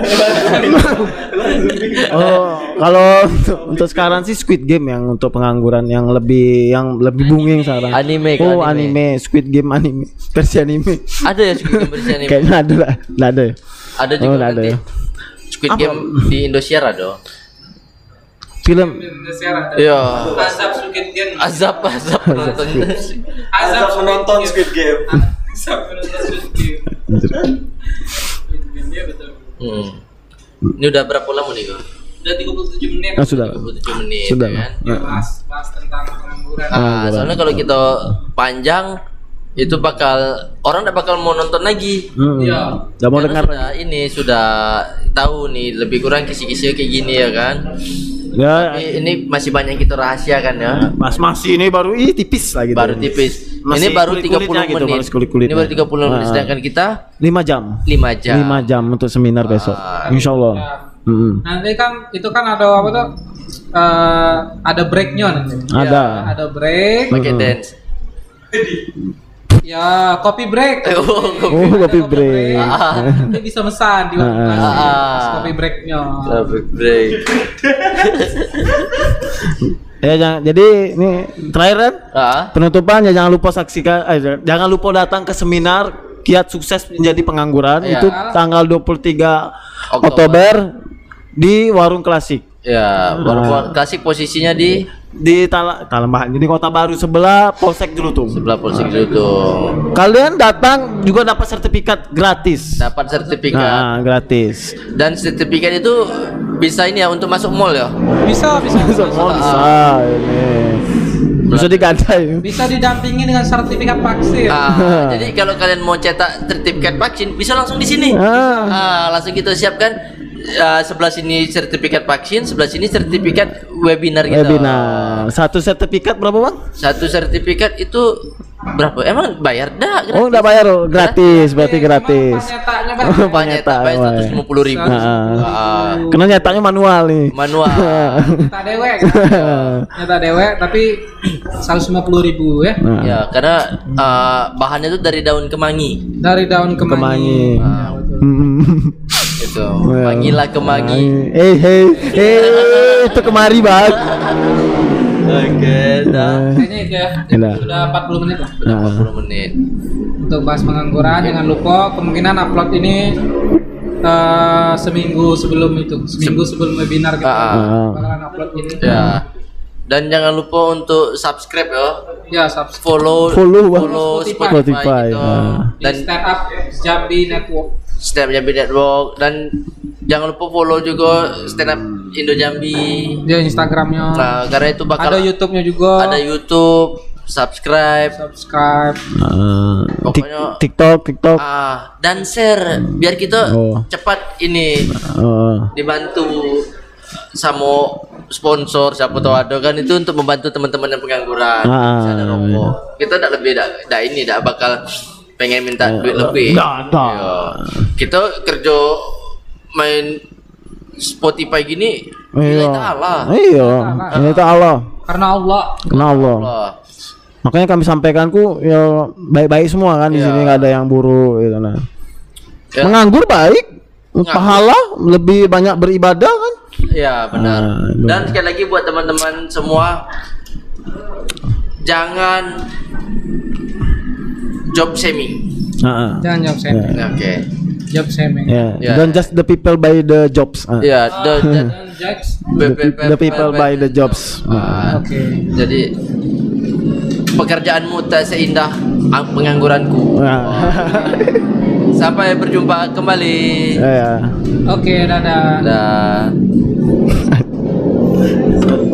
Speaker 5: Oh, kalau untuk, untuk sekarang sih Squid Game yang untuk pengangguran yang lebih yang lebih booming sekarang.
Speaker 2: Anime ke
Speaker 5: Oh,
Speaker 2: anime.
Speaker 5: anime. Squid Game anime. Versi anime.
Speaker 2: Ada ya Squid Game versi anime?
Speaker 5: Kayaknya ada lah. Nggak ada ya?
Speaker 2: Ada
Speaker 5: Oh,
Speaker 2: juga
Speaker 5: nggak ada
Speaker 2: nanti.
Speaker 5: ya?
Speaker 2: Squid
Speaker 5: Apa?
Speaker 2: Game di Indosiar ada.
Speaker 5: Film
Speaker 1: Indonesia ada.
Speaker 2: Iya.
Speaker 1: Azab Squid Game.
Speaker 2: Azab azab penonton.
Speaker 1: Azab
Speaker 4: menonton Squid Game.
Speaker 1: Azab menonton Squid Game. Squid Game, iya betul.
Speaker 2: Hmm. Ini udah berapa lama nih kok?
Speaker 1: Udah tiga puluh tujuh menit.
Speaker 5: Ah, sudah.
Speaker 2: tiga puluh tujuh menit
Speaker 5: Sudah.
Speaker 2: ya kan?
Speaker 1: Ya, bahas bahas tentang pengangguran.
Speaker 2: Ah, soalnya kalau kita panjang itu bakal orang tidak bakal mau nonton lagi.
Speaker 5: Hmm.
Speaker 1: Iya.
Speaker 5: Nggak mau
Speaker 2: Karena
Speaker 5: dengar.
Speaker 2: sudah ini sudah tahu nih lebih kurang kisi-kisi kayak gini ya kan.
Speaker 5: Ya,
Speaker 2: Ini, ini masih banyak yang kita rahasiakan ya.
Speaker 5: Mas masih ini baru ih tipis lagi.
Speaker 2: Baru tipis.
Speaker 5: Masih
Speaker 2: ini baru tiga
Speaker 5: kulit-kulitnya
Speaker 2: puluh
Speaker 5: gitu,
Speaker 2: menit.
Speaker 5: masih kulit-kulitnya.
Speaker 2: Ini baru tiga puluh menit
Speaker 5: Ah.
Speaker 2: sedangkan kita
Speaker 5: lima jam.
Speaker 2: lima jam.
Speaker 5: lima jam untuk seminar besok.
Speaker 2: Ah.
Speaker 5: Insya Allah.
Speaker 1: Ya.
Speaker 5: Hmm.
Speaker 1: Nanti kan itu kan ada apa tuh? Eh, ada breaknya nanti.
Speaker 5: Ada.
Speaker 1: Ada break.
Speaker 2: Pakai
Speaker 5: Hmm.
Speaker 2: dance.
Speaker 1: Ya, kopi break.
Speaker 2: Oh, kopi.
Speaker 5: Oh, kopi
Speaker 1: Ada
Speaker 5: break.
Speaker 2: Ah.
Speaker 1: Nanti bisa mesan di warung
Speaker 5: Ah.
Speaker 1: kelas.
Speaker 2: Ah.
Speaker 1: Kopi breaknya.
Speaker 2: Kopi break.
Speaker 5: Ya jangan, jadi ini terakhir kan
Speaker 2: Ah.
Speaker 5: penutupan ya jangan lupa saksikan eh, jangan lupa datang ke seminar Kiat Sukses Menjadi Pengangguran
Speaker 2: Iya.
Speaker 5: itu tanggal dua puluh tiga
Speaker 2: Oktober.
Speaker 5: Oktober di Warung Klasik
Speaker 2: Ya, baru klasik posisinya di
Speaker 5: di Tala Talembahan. Jadi Kota Baru sebelah Polsek Jelutung.
Speaker 2: sebelah Polsek Jelutung.
Speaker 5: Kalian datang juga dapat sertifikat gratis.
Speaker 2: Dapat sertifikat.
Speaker 5: Nah, gratis.
Speaker 2: Dan sertifikat itu bisa ini ya untuk masuk mall ya.
Speaker 1: Bisa, bisa.
Speaker 5: Bisa, oh, bisa ini. Bisa digadai.
Speaker 1: Bisa didampingi dengan sertifikat vaksin.
Speaker 2: Ah, jadi kalau kalian mau cetak sertifikat vaksin bisa langsung di sini.
Speaker 5: Ah.
Speaker 2: Ah, langsung kita siapkan. Ah, sebelah sini sertifikat vaksin, sebelah sini sertifikat webinar kita.
Speaker 5: Webinar. Satu sertifikat berapa, Bang?
Speaker 2: Satu sertifikat itu Berapa? Emang bayar? Dah.
Speaker 5: Oh, enggak bayar, oh, gratis, berarti gratis.
Speaker 1: Penyetaknya
Speaker 5: Oh,
Speaker 1: Bang.
Speaker 2: Penyetak bayar
Speaker 5: wah.
Speaker 2: seratus lima puluh ribu.
Speaker 5: Ah. Karena nyetaknya manual nih.
Speaker 2: Manual.
Speaker 1: Nyetak dewek. Nyetak dewek tapi seratus lima puluh ribu ya.
Speaker 5: Nah,
Speaker 2: Ya, karena uh, bahannya itu dari daun kemangi.
Speaker 1: Dari daun kemangi.
Speaker 5: kemangi.
Speaker 2: Ah,
Speaker 5: Hmm.
Speaker 2: Gitu.
Speaker 5: Well,
Speaker 2: Mangilah kemangi.
Speaker 5: Eh, hei, eh, itu kemari, Bang.
Speaker 2: Oke, dah.
Speaker 1: Kayaknya itu ya.
Speaker 5: Udah.
Speaker 1: Sudah empat puluh menit lah.
Speaker 2: Udah
Speaker 5: Nah.
Speaker 2: empat puluh menit.
Speaker 1: Untuk bahas pengangguran jangan lupa kemungkinan upload ini eh, seminggu sebelum itu, seminggu sebelum webinar kita
Speaker 2: Ah.
Speaker 5: Ah.
Speaker 1: bakalan upload ini.
Speaker 2: Ya. Dan jangan lupa untuk subscribe ya.
Speaker 1: Ya, subscribe
Speaker 2: Follow
Speaker 5: Follow, Bang.
Speaker 2: follow
Speaker 1: Spotify.
Speaker 5: Spotify,
Speaker 2: gitu.
Speaker 5: ah.
Speaker 1: di
Speaker 2: Dan
Speaker 1: Stand Up Jambi Network.
Speaker 2: Stand Up Jambi Network, dan jangan lupa follow juga Stand Up Indo Jambi.
Speaker 1: Dia Instagramnya.
Speaker 2: Nah, karena itu bakal
Speaker 1: Ada YouTube-nya juga.
Speaker 2: ada YouTube, subscribe,
Speaker 1: Subscribe.
Speaker 5: Ah, Tik-
Speaker 2: Pokoknya-
Speaker 5: TikTok, TikTok.
Speaker 2: ah, dan share biar kita
Speaker 5: Oh.
Speaker 2: cepat ini
Speaker 5: Ah.
Speaker 2: dibantu sama sponsor, siapa tahu ada kan, itu untuk membantu teman-teman yang pengangguran.
Speaker 5: Ah,
Speaker 2: Bisa ada rokok. Kita tidak lebih tidak ini tidak bakal pengen minta duit lebih.
Speaker 5: Nggak, nggak.
Speaker 2: Iya. Kita kerja main Spotify gini,
Speaker 5: Iya.
Speaker 2: kita Allah.
Speaker 5: Iya, ini itu Allah.
Speaker 1: Karena Allah.
Speaker 5: Kena Allah.
Speaker 2: Allah.
Speaker 5: Makanya kami sampaikanku ya baik-baik semua kan di
Speaker 2: Iya.
Speaker 5: sini, nggak ada yang buruk gitu nah.
Speaker 2: Ya.
Speaker 5: Menganggur baik,
Speaker 2: Menganggur.
Speaker 5: pahala lebih banyak beribadah kan.
Speaker 2: Ya benar.
Speaker 5: Ah, benar.
Speaker 2: Dan sekali lagi buat teman-teman semua, jangan job shaming.
Speaker 5: Heeh.
Speaker 1: Jangan jawab saya.
Speaker 5: Ya.
Speaker 2: Oke.
Speaker 1: Job shaming.
Speaker 5: Ya,
Speaker 2: Ya.
Speaker 5: don't just the people by the jobs. Ah.
Speaker 2: Ya, the, the,
Speaker 1: Jangan judge.
Speaker 5: The, pe- the people by the jobs.
Speaker 2: Ah,
Speaker 1: Oke.
Speaker 2: Jadi pekerjaanmu tak seindah ang- pengangguranku.
Speaker 5: Nah.
Speaker 2: Sampai berjumpa kembali.
Speaker 5: Ya.
Speaker 1: Oke, dadah.
Speaker 2: Dah.